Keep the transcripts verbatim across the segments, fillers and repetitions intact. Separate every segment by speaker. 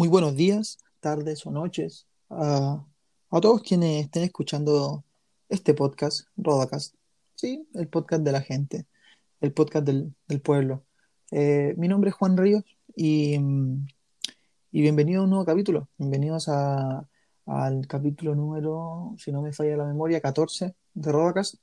Speaker 1: Muy buenos días, tardes o noches a, a todos quienes estén escuchando este podcast, Rodacast. Sí, el podcast de la gente, el podcast del, del pueblo. Eh, mi nombre es Juan Ríos y, mm, y bienvenido a un nuevo capítulo. Bienvenidos a- al capítulo número, si no me falla la memoria, catorce de Rodacast.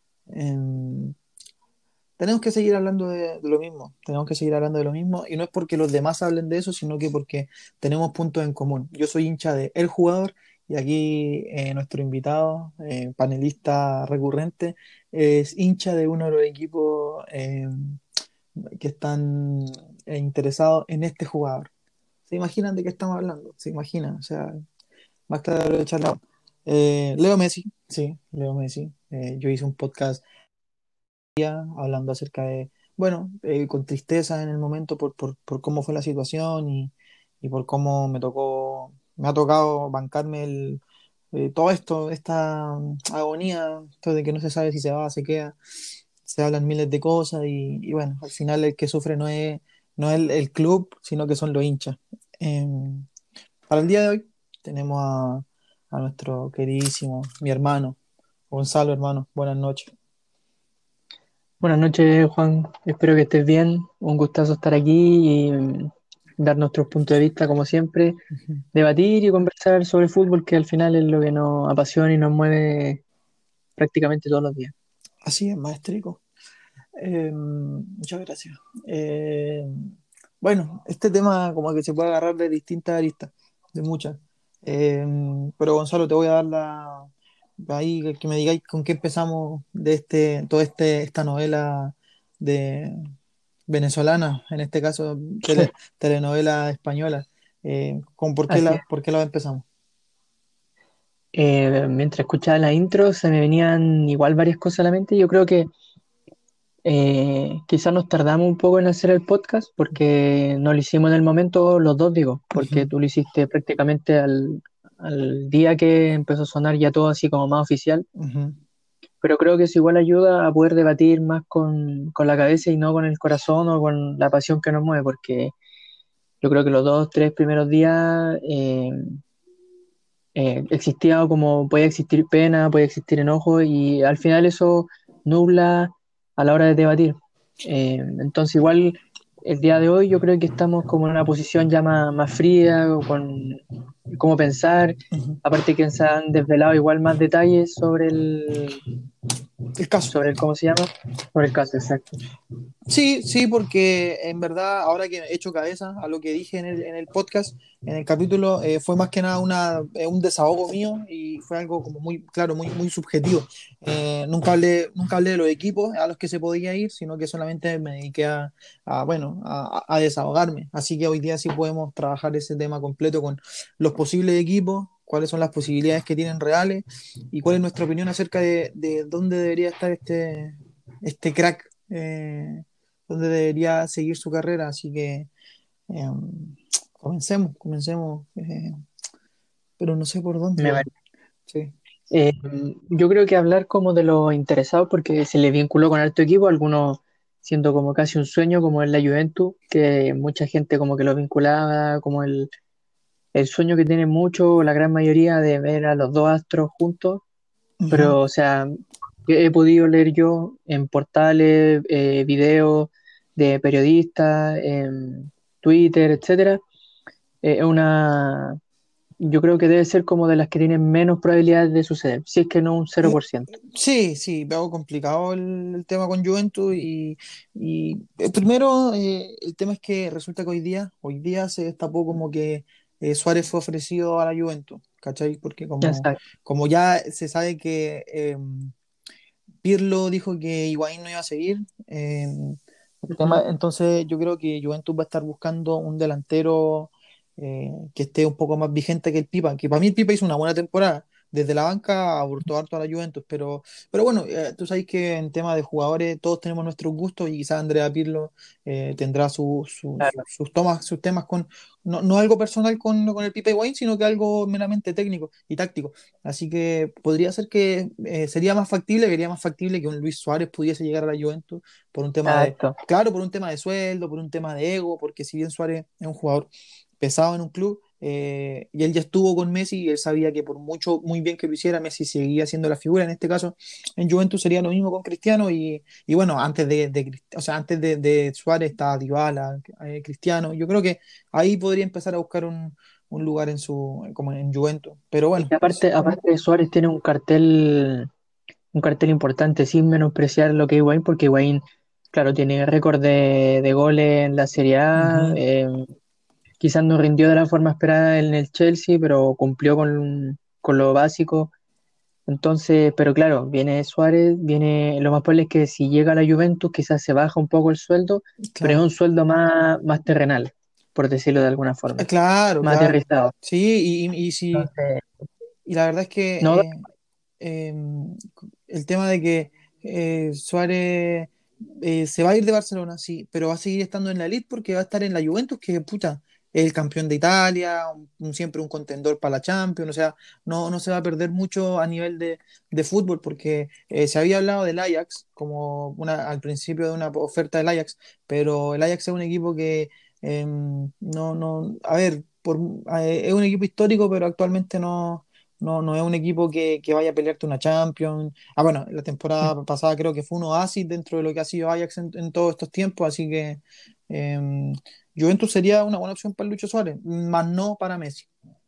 Speaker 1: Em, Tenemos que seguir hablando de, de lo mismo, tenemos que seguir hablando de lo mismo, y no es porque los demás hablen de eso, sino que porque tenemos puntos en común. Yo soy hincha de El Jugador, y aquí eh, nuestro invitado, eh, panelista recurrente, es hincha de uno de los equipos eh, que están eh, interesados en este jugador. ¿Se imaginan de qué estamos hablando? ¿Se imaginan? O sea, más claro de charla. Eh, Leo Messi, sí, Leo Messi. Eh, yo hice un podcast hablando acerca de, bueno, eh, con tristeza en el momento por, por, por cómo fue la situación y, y por cómo me tocó, me ha tocado bancarme el, eh, todo esto, esta mm, agonía, esto de que no se sabe si se va, se queda, se hablan miles de cosas y, y bueno, al final el que sufre no es, no es el, el club, sino que son los hinchas. Eh, para el día de hoy tenemos a, a nuestro queridísimo, mi hermano, Gonzalo, hermano, buenas noches.
Speaker 2: Buenas noches, Juan. Espero que estés bien. Un gustazo estar aquí y mm, dar nuestros puntos de vista, como siempre,
Speaker 1: Ujú.
Speaker 2: debatir y conversar sobre el fútbol, que al final es lo que nos apasiona y nos mueve prácticamente todos los días.
Speaker 1: Así es, maestrico. Eh, muchas gracias. Eh, bueno, este tema como que se puede agarrar de distintas aristas, de muchas. Eh, pero Gonzalo, te voy a dar la ahí que que me digáis con qué empezamos de este, toda este, esta novela de venezolana, en este caso tele- telenovela española. Eh, con por qué
Speaker 2: Así
Speaker 1: la,
Speaker 2: es.
Speaker 1: por qué la empezamos.
Speaker 2: Eh, mientras escuchaba la intro, se me venían igual varias cosas a la mente. Yo creo que eh, quizás nos tardamos un poco en hacer el podcast porque no lo hicimos en el momento, los dos digo, porque
Speaker 1: Ujú,
Speaker 2: tú lo hiciste prácticamente al, al día que empezó a sonar ya todo así como más oficial.
Speaker 1: ujú,
Speaker 2: Pero creo que eso igual ayuda a poder debatir más con, con la cabeza y no con el corazón o con la pasión que nos mueve, porque yo creo que los dos, tres primeros días eh, eh, existía como podía existir pena, podía existir enojo y al final eso nubla a la hora de debatir. Eh, entonces igual el día de hoy yo creo que estamos como en una posición ya más, más fría, o con cómo pensar,
Speaker 1: ujú.
Speaker 2: aparte que se han desvelado igual más detalles sobre el,
Speaker 1: El caso.
Speaker 2: sobre el, ¿cómo se llama? Sobre el caso, exacto.
Speaker 1: Sí, sí, porque en verdad, ahora que he hecho cabeza a lo que dije en el, en el podcast, en el capítulo, eh, fue más que nada una, eh, un desahogo mío y fue algo como muy, claro, muy, muy subjetivo. Eh, nunca hablé, nunca hablé de los equipos a los que se podía ir, sino que solamente me dediqué a, a, bueno, a, a desahogarme. Así que hoy día sí podemos trabajar ese tema completo con los posibles equipos, cuáles son las posibilidades que tienen reales y cuál es nuestra opinión acerca de, de dónde debería estar este, este crack. Eh, donde debería seguir su carrera. Así que eh, comencemos, comencemos, eh, pero no sé por dónde.
Speaker 2: Me
Speaker 1: Bueno,
Speaker 2: parece.
Speaker 1: sí.
Speaker 2: Eh, yo creo que hablar como de los interesados, porque se le vinculó con alto equipo, algunos siendo como casi un sueño, como es la Juventus, que mucha gente como que lo vinculaba, como el, el sueño que tiene mucho, la gran mayoría de ver a los dos astros juntos,
Speaker 1: Ujú.
Speaker 2: pero o sea, que he podido leer yo en portales, eh, videos de periodistas, en Twitter, etcétera, eh, es una, yo creo que debe ser como de las que tienen menos probabilidades de suceder, si es que no un cero
Speaker 1: Eh,
Speaker 2: por ciento.
Speaker 1: Sí, sí, veo complicado el, el tema con Juventus y, y, eh, primero eh, el tema es que resulta que hoy día, hoy día se destapó como que eh, Suárez fue ofrecido a la Juventus, ¿cachai? Porque como,
Speaker 2: Exacto.
Speaker 1: como ya se sabe que eh, Pirlo dijo que Higuaín no iba a seguir. eh, el
Speaker 2: Ujú.
Speaker 1: tema, entonces yo creo que Juventus va a estar buscando un delantero eh, que esté un poco más vigente que el Pipa, que para mí el Pipa hizo una buena temporada. Desde la banca aportó harto a la Juventus, pero, pero bueno, eh, tú sabes que en tema de jugadores todos tenemos nuestros gustos y quizás Andrea Pirlo eh, tendrá su- su- su-
Speaker 2: Claro.
Speaker 1: sus tomas, sus temas con, no, no algo personal con, con el Pipa Higuaín, sino que algo meramente técnico y táctico. Así que podría ser que eh, sería más factible, vería más factible que un Luis Suárez pudiese llegar a la Juventus por un tema de,
Speaker 2: Exacto.
Speaker 1: claro, por un tema de sueldo, por un tema de ego, porque si bien Suárez es un jugador pesado en un club, eh, y él ya estuvo con Messi y él sabía que por mucho, muy bien que lo hiciera, Messi seguía siendo la figura. En este caso, en Juventus sería lo mismo con Cristiano y, y bueno, antes de, de, o sea, antes de, de Suárez está Dybala, eh, Cristiano. Yo creo que ahí podría empezar a buscar un, un lugar en su, como en Juventus. Pero
Speaker 2: Y
Speaker 1: bueno,
Speaker 2: aparte, aparte Suárez tiene un cartel, un cartel importante, sin menospreciar lo que es Higuaín, porque Higuaín, claro, tiene récord de, de goles en la Serie A,
Speaker 1: ujú,
Speaker 2: eh, quizás no rindió de la forma esperada en el Chelsea, pero cumplió con, con lo básico. Entonces, pero claro, viene Suárez, viene, lo más probable es que si llega a la Juventus quizás se baja un poco el sueldo, pero es
Speaker 1: claro.
Speaker 2: un sueldo más, más terrenal, por decirlo de alguna
Speaker 1: Ah,
Speaker 2: forma,
Speaker 1: claro,
Speaker 2: más
Speaker 1: claro.
Speaker 2: aterrizado.
Speaker 1: Sí, y, y, y sí,
Speaker 2: Entonces,
Speaker 1: y la verdad es
Speaker 2: no,
Speaker 1: que eh, eh, el tema de que eh, Suárez eh, se va a ir de Barcelona, sí, pero va a seguir estando en la elite porque va a estar en la Juventus, que puta, es el campeón de Italia, un- un- siempre un contendor para la Champions, o sea, no, no se va a perder mucho a nivel de, de fútbol porque eh, se había hablado del Ajax como una, al principio de una oferta del Ajax, pero el Ajax es un equipo que eh, no, no, a ver, por, eh, es un equipo histórico, pero actualmente no no, no es un equipo que, que vaya a pelearte una Champions. Ah, bueno, la temporada pasada creo que fue un oasis dentro de lo que ha sido Ajax en, en todos estos tiempos, así que eh, Juventus sería una buena opción para Lucho Suárez, más no para Messi.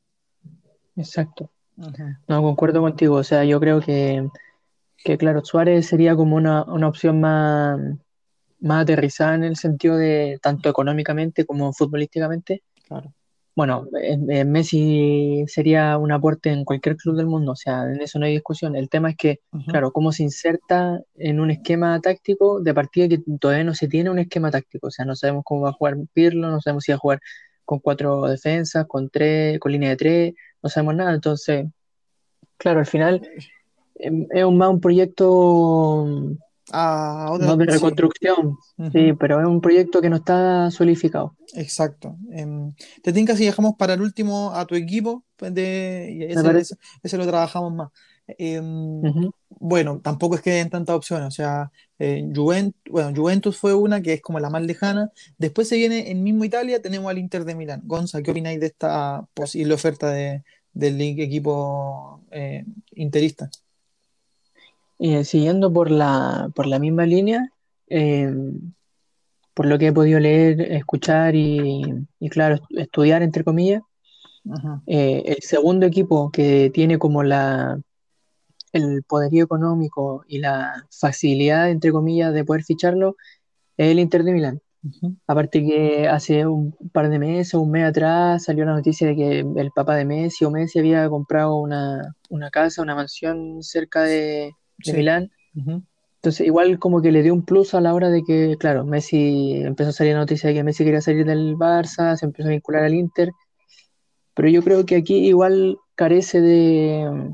Speaker 2: exacto,
Speaker 1: Ujú,
Speaker 2: no concuerdo contigo, o sea, yo creo que, que claro, Suárez sería como una, una opción más, más aterrizada en el sentido de tanto económicamente como futbolísticamente.
Speaker 1: claro.
Speaker 2: Bueno, eh, eh, Messi sería un aporte en cualquier club del mundo, o sea, en eso no hay discusión. El tema es que,
Speaker 1: Ujú,
Speaker 2: claro, cómo se inserta en un esquema táctico de partida que todavía no se tiene un esquema táctico, o sea, no sabemos cómo va a jugar Pirlo, no sabemos si va a jugar con cuatro defensas, con tres, con línea de tres, no sabemos nada. Entonces, claro, al final em, es un, más un proyecto mm,
Speaker 1: Ah,
Speaker 2: no
Speaker 1: otra,
Speaker 2: de
Speaker 1: sí.
Speaker 2: reconstrucción, sí,
Speaker 1: Ujú,
Speaker 2: pero es un proyecto que no está solidificado.
Speaker 1: exacto. Em, te tinca si dejamos para el último a tu equipo, pues, de, y
Speaker 2: Me
Speaker 1: ese,
Speaker 2: parece.
Speaker 1: ese, ese lo trabajamos más. Em,
Speaker 2: Ujú.
Speaker 1: bueno, tampoco es que den tantas opciones, o sea, eh, Juventus, bueno, Juventus fue una que es como la más lejana. Después se viene en mismo Italia, tenemos al Inter de Milán. Gonza, ¿qué opináis de esta posible oferta de, del equipo eh, interista?
Speaker 2: Eh, siguiendo por la, por la misma línea, eh, por lo que he podido leer, escuchar y, y claro, est- estudiar, entre comillas,
Speaker 1: Ajá,
Speaker 2: eh, el segundo equipo que tiene como la, el poderío económico y la facilidad, entre comillas, de poder ficharlo es el Inter de Milán.
Speaker 1: ujú,
Speaker 2: Aparte que hace un par de meses, un mes atrás, salió la noticia de que el papá de Messi o Messi había comprado una, una casa, una mansión cerca de, de
Speaker 1: sí.
Speaker 2: Milán.
Speaker 1: Ujú,
Speaker 2: Entonces, igual como que le dio un plus a la hora de que, claro, Messi empezó a salir la noticia de que Messi quería salir del Barça, se empezó a vincular al Inter, pero yo creo que aquí igual carece de,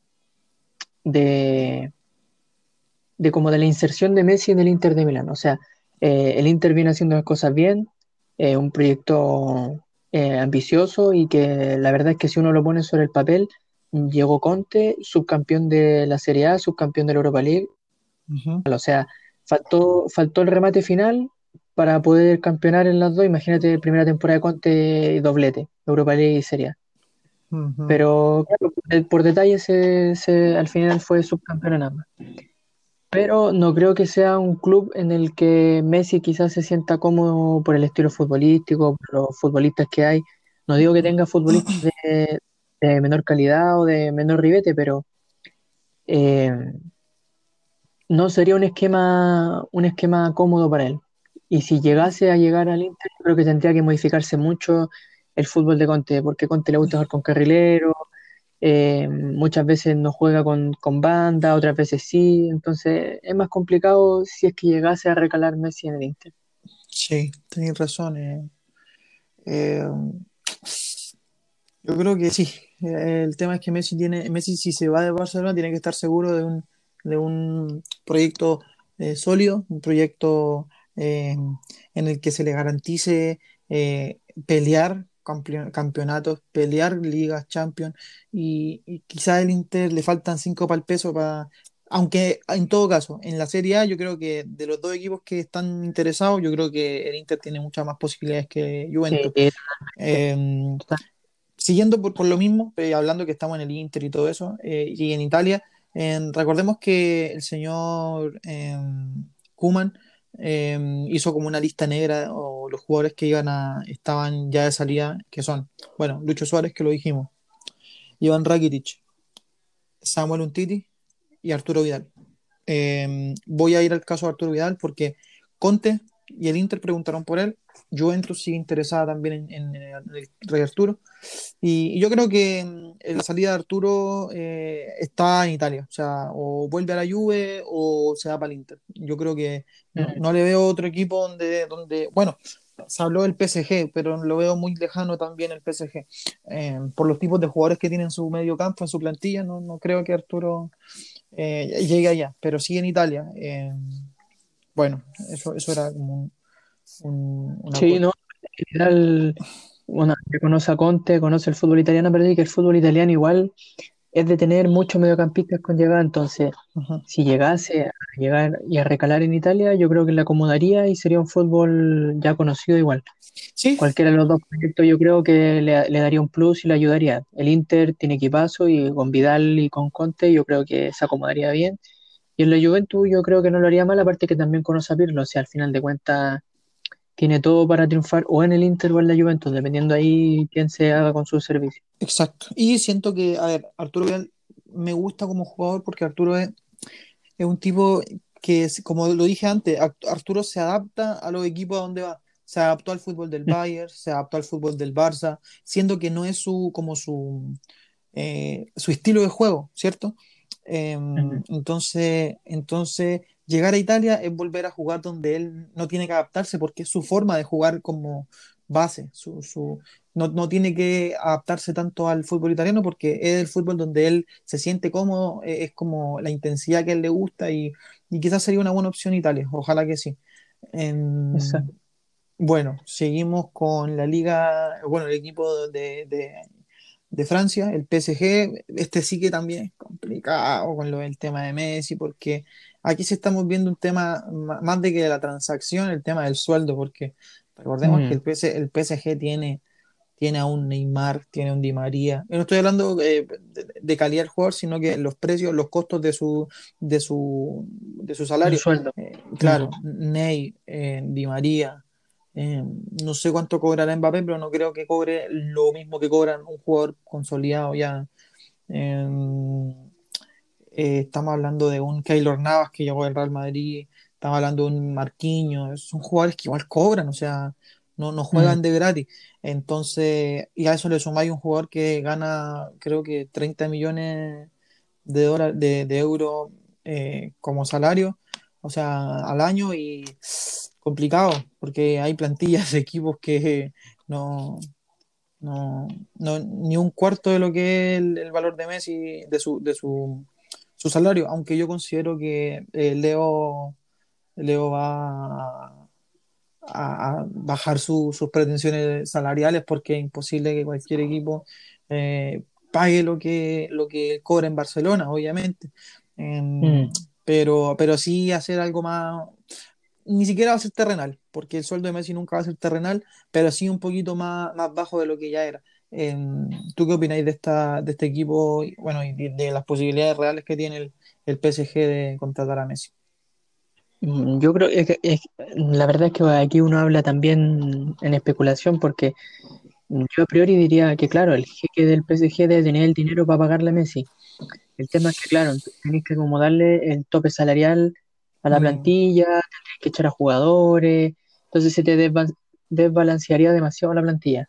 Speaker 2: de, de como de la inserción de Messi en el Inter de Milán. O sea, eh, el Inter viene haciendo las cosas bien, eh, un proyecto eh, ambicioso y que la verdad es que si uno lo pone sobre el papel, llegó Conte, subcampeón de la Serie A, subcampeón de la Europa League.
Speaker 1: ujú,
Speaker 2: O sea, faltó, faltó el remate final para poder campeonar en las dos. Imagínate, primera temporada de Conte, doblete, Europa League y Serie A.
Speaker 1: ujú.
Speaker 2: Pero claro, por, por detalle se, se- al final fue subcampeón en ambas. Pero no creo que sea un club en el que Messi quizás se sienta cómodo por el estilo futbolístico, por los futbolistas que hay. No digo que tenga futbolistas de, de menor calidad o de menor ribete, pero eh, no sería un esquema, un esquema cómodo para él. Y si llegase a llegar al Inter, yo creo que tendría que modificarse mucho el fútbol de Conte, porque a Conte le gusta jugar con carrilero, eh, muchas veces no juega con, con banda, otras veces sí, entonces es más complicado si es que llegase a recalar Messi en el Inter.
Speaker 1: Sí, tenéis razón. eh. Eh, yo creo que sí. Eh, El tema es que Messi tiene, Messi si se va de Barcelona tiene que estar seguro de un, de un proyecto eh, sólido, un proyecto eh, en el que se le garantice eh, pelear campeon- campeonatos, pelear ligas, Champions y, y quizá el Inter le faltan cinco para el peso para, aunque en todo caso en la Serie A yo creo que de los dos equipos que están interesados yo creo que el Inter tiene muchas más posibilidades que
Speaker 2: Sí,
Speaker 1: Juventus.
Speaker 2: totalmente,
Speaker 1: Eh,
Speaker 2: totalmente.
Speaker 1: siguiendo por, por lo mismo, eh, hablando que estamos en el Inter y todo eso, eh, y en Italia, eh, recordemos que el señor eh, Koeman eh, hizo como una lista negra o los jugadores que iban a, estaban ya de salida, que son, bueno, Lucho Suárez, que lo dijimos, Iván Rakitic, Samuel Umtiti y Arturo Vidal. Eh, voy a ir al caso de Arturo Vidal porque Conte y el Inter preguntaron por él. Juventus sigue interesada también en, en, en el Rey Arturo. Y, y yo creo que mm, la salida de Arturo eh, está en Italia. O sea, o vuelve a la Juve o se va para el Inter. Yo creo que no,
Speaker 2: Mm,
Speaker 1: no le veo otro equipo donde, donde, bueno, se habló del P S G, pero lo veo muy lejano también el P S G. Eh, por los tipos de jugadores que tiene en su medio campo, en su plantilla, no, no creo que Arturo eh, llegue allá, pero sí en Italia. Eh, bueno, eso, eso era como un, un, una
Speaker 2: sí,
Speaker 1: cosa.
Speaker 2: no, en general, bueno, que conoce a Conte, conoce el fútbol italiano, pero sí que el fútbol italiano igual es de tener muchos mediocampistas con llegada, entonces si llegase a llegar y a recalar en Italia, yo creo que le acomodaría y sería un fútbol ya conocido igual.
Speaker 1: Sí,
Speaker 2: Cualquiera de los dos proyectos yo creo que le, le daría un plus y le ayudaría. El Inter tiene equipazo y con Vidal y con Conte yo creo que se acomodaría bien. Y en la Juventus yo creo que no lo haría mal, aparte que también conoce a Pirlo, o sea, al final de cuentas tiene todo para triunfar o en el Inter o en la Juventus, dependiendo ahí quién se haga con su servicio.
Speaker 1: exacto. Y siento que, a ver, Arturo Vidal me gusta como jugador porque Arturo es, es un tipo que, es, como lo dije antes, Ar- Arturo se adapta a los equipos a donde va. Se adaptó al fútbol del Bayern, se adaptó al fútbol del Barça, siendo que no es su, como su, eh, su estilo de juego, ¿cierto? Eh,
Speaker 2: Ujú.
Speaker 1: entonces, entonces, llegar a Italia es volver a jugar donde él no tiene que adaptarse porque es su forma de jugar como base, su, su, no, no tiene que adaptarse tanto al fútbol italiano porque es el fútbol donde él se siente cómodo, eh, es como la intensidad que a él le gusta y, y quizás sería una buena opción Italia, ojalá que sí. Em,
Speaker 2: Exacto.
Speaker 1: bueno, seguimos con la liga, bueno, el equipo de, de, de Francia, el P S G. Este sí que también es complicado con lo del tema de Messi, porque aquí sí estamos viendo un tema ma- más de que la transacción, el tema del sueldo, porque recordemos que
Speaker 2: Mm,
Speaker 1: el, P S, el P S G tiene, tiene a un Neymar, tiene a un Di María. Yo no estoy hablando eh, de, de calidad del jugador, sino que los precios, los costos de su, de su, de su
Speaker 2: un
Speaker 1: salario.
Speaker 2: sueldo.
Speaker 1: Eh,
Speaker 2: Mm,
Speaker 1: claro, Ney, eh, Di María. Eh, no sé cuánto cobrará Mbappé, pero no creo que cobre lo mismo que cobran un jugador consolidado ya. Eh, eh, estamos hablando de un Keylor Navas que llegó del Real Madrid, estamos hablando de un Marquinhos, son jugadores que igual cobran, o sea, no, no
Speaker 2: mm,
Speaker 1: juegan de gratis. Entonces, y a eso le sumáis un jugador que gana, creo que treinta millones de dólares, de, de euros eh, como salario, o sea, al año y complicado, porque hay plantillas de equipos que no, no, no, ni un cuarto de lo que es el, el valor de Messi, de su, de su, su salario, aunque yo considero que eh, Leo, Leo va a, a bajar su- sus pretensiones salariales porque es imposible que cualquier equipo eh, pague lo que, lo que cobra en Barcelona, obviamente. Em,
Speaker 2: mm.
Speaker 1: pero, pero sí hacer algo más, ni siquiera va a ser terrenal, porque el sueldo de Messi nunca va a ser terrenal, pero sí un poquito más, más bajo de lo que ya era. Eh, ¿Tú qué opináis de esta, de este equipo y, bueno, y de, de las posibilidades reales que tiene el, el P S G de contratar a Messi?
Speaker 2: Mm, Yo creo que es- la verdad es que aquí uno habla también en especulación porque yo a priori diría que claro, el jeque del P S G debe tener el dinero para pagarle a Messi. El tema es que claro, tenéis que como darle el tope salarial a la
Speaker 1: Mm,
Speaker 2: plantilla, tendréis que echar a jugadores, entonces se te desba- desbalancearía demasiado la plantilla.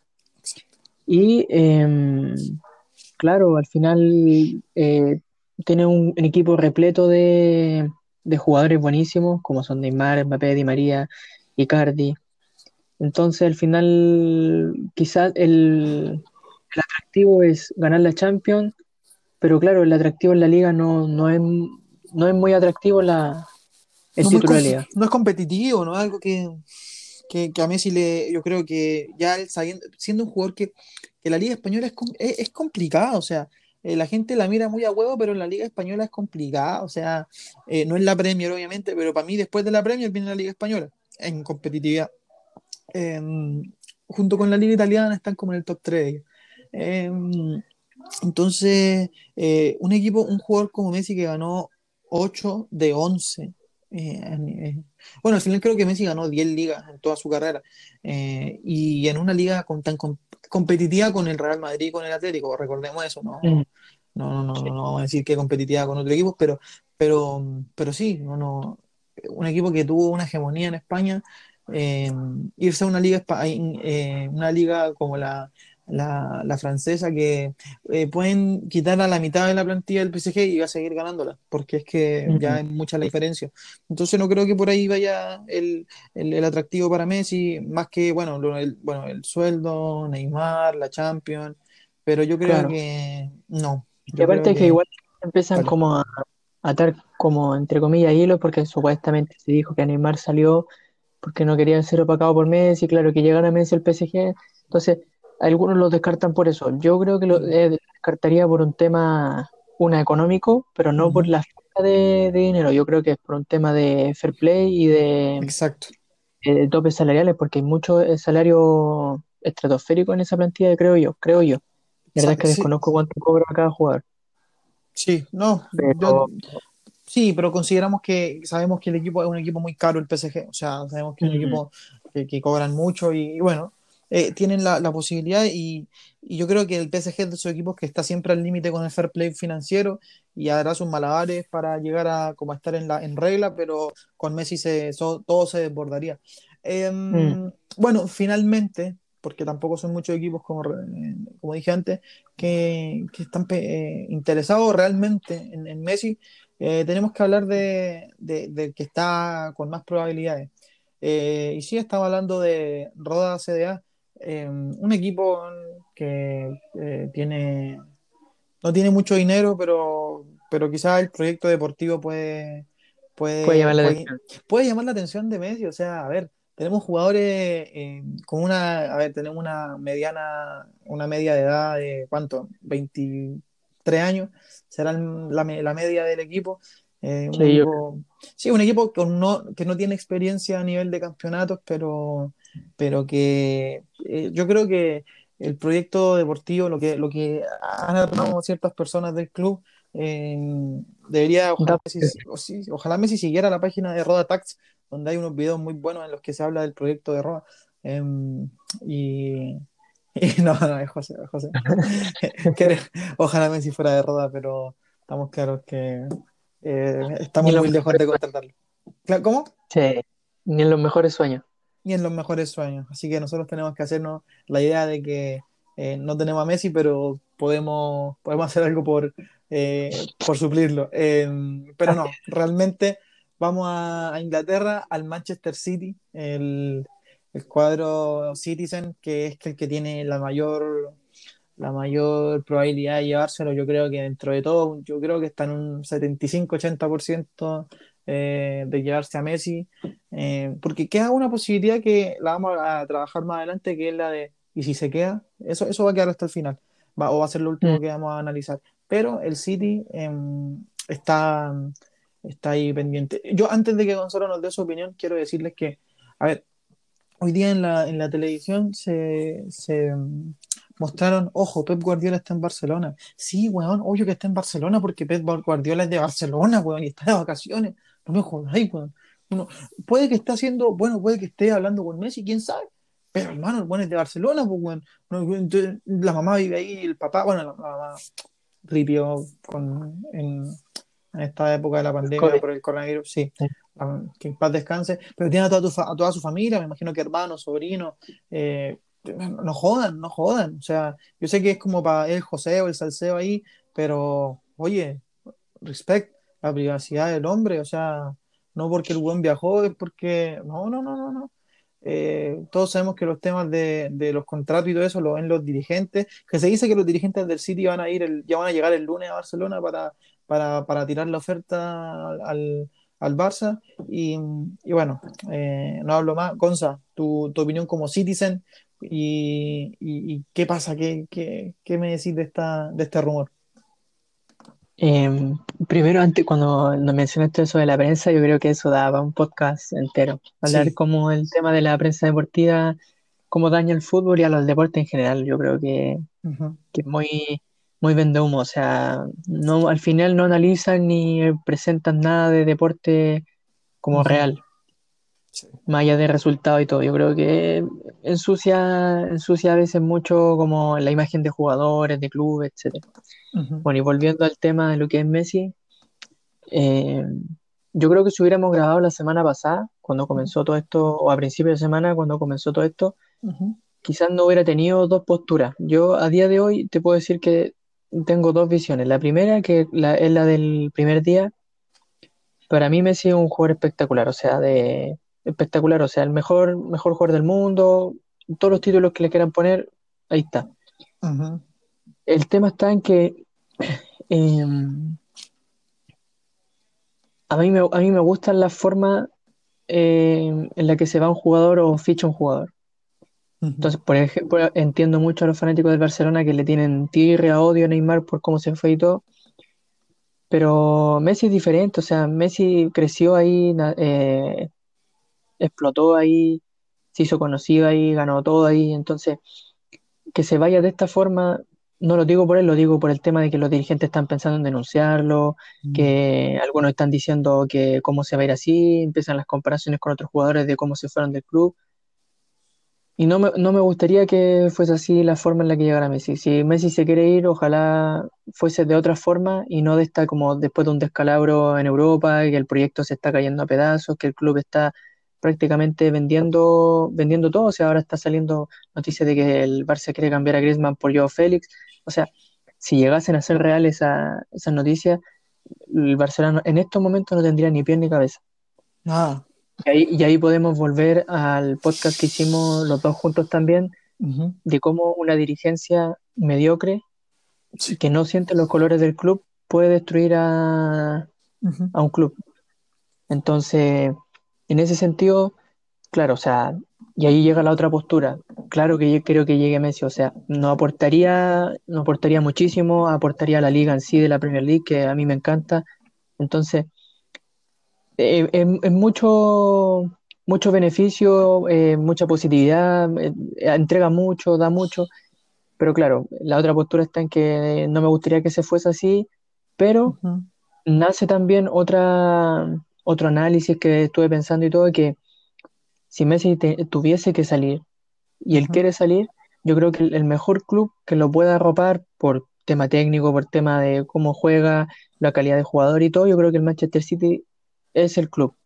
Speaker 2: Y em, claro, al final eh, tiene un, un equipo repleto de, de jugadores buenísimos, como son Neymar, Mbappé, Di María, Icardi. Entonces, al final, quizás el, el atractivo es ganar la Champions, pero claro, el atractivo en la liga no, no es, no es muy atractivo la, el
Speaker 1: no, muy
Speaker 2: título de
Speaker 1: com-
Speaker 2: liga.
Speaker 1: no es competitivo, ¿no? Algo que, que, que a Messi le, yo creo que ya él sabiendo, siendo un jugador que, que la Liga Española es, com- es, es complicada, o sea, eh, la gente la mira muy a huevo, pero la Liga Española es complicada, o sea, eh, no es la Premier, obviamente, pero para mí después de la Premier viene la Liga Española en competitividad. Eh, junto con la Liga Italiana están como en el top tres. Eh, entonces, eh, un equipo, un jugador como Messi que ganó ocho de once. eh, en- eh, bueno, al final creo que Messi ganó diez ligas en toda su carrera. eh, y en una liga con- tan com- competitiva con el Real Madrid y con el Atlético, recordemos eso,
Speaker 2: Mm,
Speaker 1: no, no, no, no,
Speaker 2: sí.
Speaker 1: no vamos a decir que competitiva con otros equipos, pero, pero, pero sí, no, no, un equipo que tuvo una hegemonía en España, eh, irse a una liga, espa- eh, una liga como la, la, la francesa que eh, pueden quitar a la mitad de la plantilla del P S G y va a seguir ganándola, porque es que ya
Speaker 2: Mm,
Speaker 1: es mucha la diferencia. Entonces no creo que por ahí vaya el, el, el atractivo para Messi, más que, bueno, lo- el, bueno, el sueldo, Neymar, la Champions, pero yo creo
Speaker 2: claro.
Speaker 1: que no,
Speaker 2: Y
Speaker 1: yo creo
Speaker 2: aparte que
Speaker 1: que,
Speaker 2: igual empiezan
Speaker 1: vale,
Speaker 2: como a atar como entre comillas hilos porque supuestamente se dijo que Neymar salió porque no querían ser opacados por Messi, claro que llegan a Messi al P S G, entonces algunos los descartan por eso. Yo creo que lo
Speaker 1: mm,
Speaker 2: eh, descartaría por un tema, una económico, pero no por
Speaker 1: ujú,
Speaker 2: la falta de, de dinero, yo creo que es por un tema de fair play y de,
Speaker 1: exacto.
Speaker 2: eh, topes salariales, porque hay mucho eh, salario estratosférico en esa plantilla, creo yo, creo yo. La verdad
Speaker 1: Sa-
Speaker 2: es que
Speaker 1: Sí,
Speaker 2: desconozco cuánto cobra cada jugador,
Speaker 1: sí, no, yo
Speaker 2: pero
Speaker 1: sí, pero consideramos que sabemos que el equipo es un equipo muy caro, el P S G. O sea, sabemos que es un
Speaker 2: mm,
Speaker 1: equipo que, que cobran mucho y, y bueno, eh, tienen la, la posibilidad y, y yo creo que el P S G es de esos equipos que está siempre al límite con el fair play financiero y hará sus malabares para llegar a como a estar en, la, en regla, pero con Messi se, so- todo se desbordaría.
Speaker 2: mm,
Speaker 1: Em, bueno, finalmente, porque tampoco son muchos equipos, como, re- como dije antes, que, que están pe- eh, interesados realmente en, en Messi, eh, tenemos que hablar de, de- del que está con más probabilidades. Eh, y sí, estaba hablando de Roda C D A, eh, un equipo que eh, tiene, no tiene mucho dinero, pero, pero quizás el proyecto deportivo puede,
Speaker 2: puede
Speaker 1: puede,
Speaker 2: llamar la
Speaker 1: puede,
Speaker 2: atención.
Speaker 1: puede llamar la atención de Messi. O sea, a ver, tenemos jugadores eh, con una, a ver, tenemos una mediana, una media de edad de ¿cuánto? Veintitrés años, será el- la, me- la media del equipo. Eh, un
Speaker 2: Sí, yo creo.
Speaker 1: equipo, sí, un equipo con no, que no tiene experiencia a nivel de campeonatos, pero, pero que eh, yo creo que el proyecto deportivo, lo que, lo que han armado ciertas personas del club, eh, debería, ojalá
Speaker 2: Da-
Speaker 1: Messi, o sí, ojalá Messi siguiera la página de Roda Tax, donde hay unos videos muy buenos en los que se habla del proyecto de Roda. Eh, y, y no, no, es José, es José. Que- Ojalá Messi fuera de Roda, pero estamos claros que eh,
Speaker 2: Ni
Speaker 1: estamos
Speaker 2: en los
Speaker 1: muy lejos
Speaker 2: mejores
Speaker 1: de
Speaker 2: sueños.
Speaker 1: contratarlo. Cla- ¿Cómo?
Speaker 2: Sí, ni en los mejores sueños.
Speaker 1: Y en los mejores sueños. Así que nosotros tenemos que hacernos la idea de que eh, no tenemos a Messi, pero podemos, podemos hacer algo por, eh, por suplirlo. Eh, pero
Speaker 2: Así
Speaker 1: no, realmente vamos a, a Inglaterra, al Manchester City, el, el cuadro Citizen, que es el que tiene la mayor, la mayor probabilidad de llevárselo. Yo creo que dentro de todo, yo creo que está en un setenta y cinco-ochenta por ciento eh, de llevarse a Messi, eh, porque queda una posibilidad que la vamos a, a trabajar más adelante, que es la de, ¿y si se queda? Eso, eso va a quedar hasta el final, va, o va a ser lo
Speaker 2: es. Mm,
Speaker 1: último que vamos a analizar. Pero el City eh, está, está ahí pendiente. Yo, antes de que Gonzalo nos dé su opinión, quiero decirles que, a ver, hoy día en la, en la televisión se, se mm, mostraron, ojo, Pep Guardiola está en Barcelona. Sí, weón, obvio que está en Barcelona porque Pep Guardiola es de Barcelona, weón, y está de vacaciones. No me jodáis, weón. Uno, puede que esté haciendo, bueno, puede que esté hablando con Messi, quién sabe. Pero hermano, el weón es de Barcelona, pues, weón. No, entonces, la mamá vive ahí, el papá, bueno, la, la mamá ripió con, en, en esta época de la
Speaker 2: el
Speaker 1: pandemia
Speaker 2: COVID.
Speaker 1: por el coronavirus, sí,
Speaker 2: Sí.
Speaker 1: ah, que en paz descanse, pero tiene a toda, tu fa- a toda su familia, me imagino que hermanos, sobrinos, eh, no jodan, no jodan, o sea, yo sé que es como para el joseo, el salseo ahí, pero oye, respect la privacidad del hombre, o sea, no porque el buen viajó, es porque, no, no, no, no, no. Eh, todos sabemos que los temas de, de los contratos y todo eso lo ven los dirigentes, que se dice que los dirigentes del City van a ir el- ya van a llegar el lunes a Barcelona para, para, para tirar la oferta al, al, al Barça y, y bueno, eh, no hablo más. Gonza, tu, tu opinión como Citizen y, y- y qué pasa, qué, qué, qué me decís de, esta, de este rumor.
Speaker 2: Em, Primero, antes, cuando nos mencionaste eso de la prensa, yo creo que eso daba un podcast entero. Hablar
Speaker 1: Sí,
Speaker 2: como el tema de la prensa deportiva. cómo daña el fútbol y a los deportes en general. Yo creo que,
Speaker 1: Ujú,
Speaker 2: que es muy, muy vendehumo. O sea, no, al final no analizan ni presentan nada de deporte como
Speaker 1: ujú.
Speaker 2: real,
Speaker 1: Sí.
Speaker 2: más allá de resultados y todo. Yo creo que ensucia, ensucia a veces mucho como la imagen de jugadores, de clubes, etcétera.
Speaker 1: Ujú,
Speaker 2: Bueno, y volviendo al tema de lo que es Messi, eh, yo creo que si hubiéramos grabado la semana pasada, cuando comenzó todo esto, o a principios de semana, cuando comenzó todo esto,
Speaker 1: ujú,
Speaker 2: quizás no hubiera tenido dos posturas. Yo a día de hoy te puedo decir que tengo dos visiones. La primera, que la- es la del primer día, para mí Messi es un jugador espectacular, o sea, de espectacular, o sea, el mejor, mejor jugador del mundo, todos los títulos que le quieran poner, ahí está.
Speaker 1: ujú,
Speaker 2: El tema está en que eh, a mí me, a mí me gustan las formas eh, en las que se va un jugador o ficha un jugador.
Speaker 1: ujú.
Speaker 2: Entonces, por ejemplo, entiendo mucho a los fanáticos del Barcelona que le tienen tirria, odio a Neymar por cómo se fue y todo, pero Messi es diferente, o sea, Messi creció ahí, na- eh, explotó ahí, se hizo conocido ahí, ganó todo ahí, entonces que se vaya de esta forma, no lo digo por él, lo digo por el tema de que los dirigentes están pensando en denunciarlo,
Speaker 1: Mm.
Speaker 2: que algunos están diciendo que cómo se va a ir así, empiezan las comparaciones con otros jugadores de cómo se fueron del club. Y no me, no me gustaría que fuese así la forma en la que llegara Messi. Si Messi se quiere ir, ojalá fuese de otra forma y no de esta como después de un descalabro en Europa, que el proyecto se está cayendo a pedazos, que el club está prácticamente vendiendo, vendiendo todo. O sea, ahora está saliendo noticias de que el Barça quiere cambiar a Griezmann por Joao Félix. O sea, si llegasen a ser reales esa, esas noticias, el Barcelona en estos momentos no tendría ni pie ni cabeza.
Speaker 1: Ah,
Speaker 2: Y ahí, y ahí podemos volver al podcast que hicimos los dos juntos también
Speaker 1: ujú,
Speaker 2: de cómo una dirigencia mediocre
Speaker 1: sí,
Speaker 2: que no siente los colores del club puede destruir a,
Speaker 1: ujú,
Speaker 2: a un club. Entonces, en ese sentido, claro, o sea, y ahí llega la otra postura. Claro que yo creo que llegue Messi, o sea, no aportaría, no aportaría muchísimo, aportaría a la liga en sí de la Premier League, que a mí me encanta. Entonces, eh, es, es mucho, mucho beneficio, eh, mucha positividad, eh, entrega mucho, da mucho. Pero claro, la otra postura está en que no me gustaría que se fuese así, pero
Speaker 1: ujú,
Speaker 2: nace también otra, otro análisis que estuve pensando y todo, que si Messi te- tuviese que salir y él
Speaker 1: ujú,
Speaker 2: quiere salir, yo creo que el, el mejor club que lo pueda arropar por tema técnico, por tema de cómo juega, la calidad de jugador y todo, yo creo que el Manchester City es el club.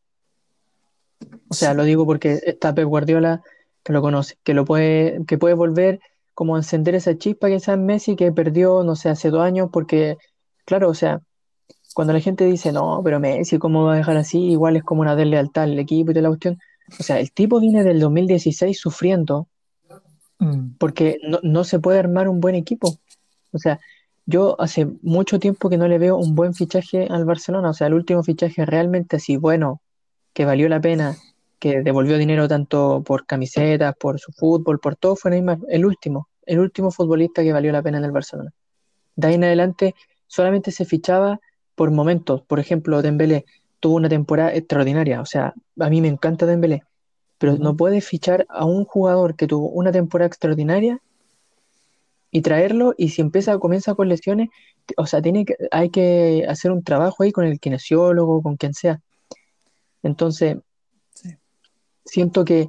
Speaker 2: O sea, lo
Speaker 1: sí,
Speaker 2: digo porque está Pep Guardiola, que lo conoce, que lo puede, que puede volver como a encender esa chispa que está en Messi, que perdió, no sé, hace dos años, porque, claro, o sea, cuando la gente dice, no, pero Messi, ¿cómo va a dejar así? Igual es como una deslealtad al equipo y toda la cuestión. O sea, el tipo viene del dos mil dieciséis sufriendo
Speaker 1: mm,
Speaker 2: porque no, no se puede armar un buen equipo. O sea, yo hace mucho tiempo que no le veo un buen fichaje al Barcelona. O sea, el último fichaje realmente así bueno, que valió la pena, que devolvió dinero tanto por camisetas, por su fútbol, por todo, fue Neymar. El último, el último futbolista que valió la pena en el Barcelona. De ahí en adelante solamente se fichaba por momentos. Por ejemplo, Dembélé tuvo una temporada extraordinaria. O sea, a mí me encanta Dembélé, pero
Speaker 1: ujú,
Speaker 2: no puedes fichar a un jugador que tuvo una temporada extraordinaria y traerlo, y si empieza, comienza con lesiones, t- o sea, tiene que, hay que hacer un trabajo ahí con el kinesiólogo, con quien sea. Entonces,
Speaker 1: sí,
Speaker 2: siento que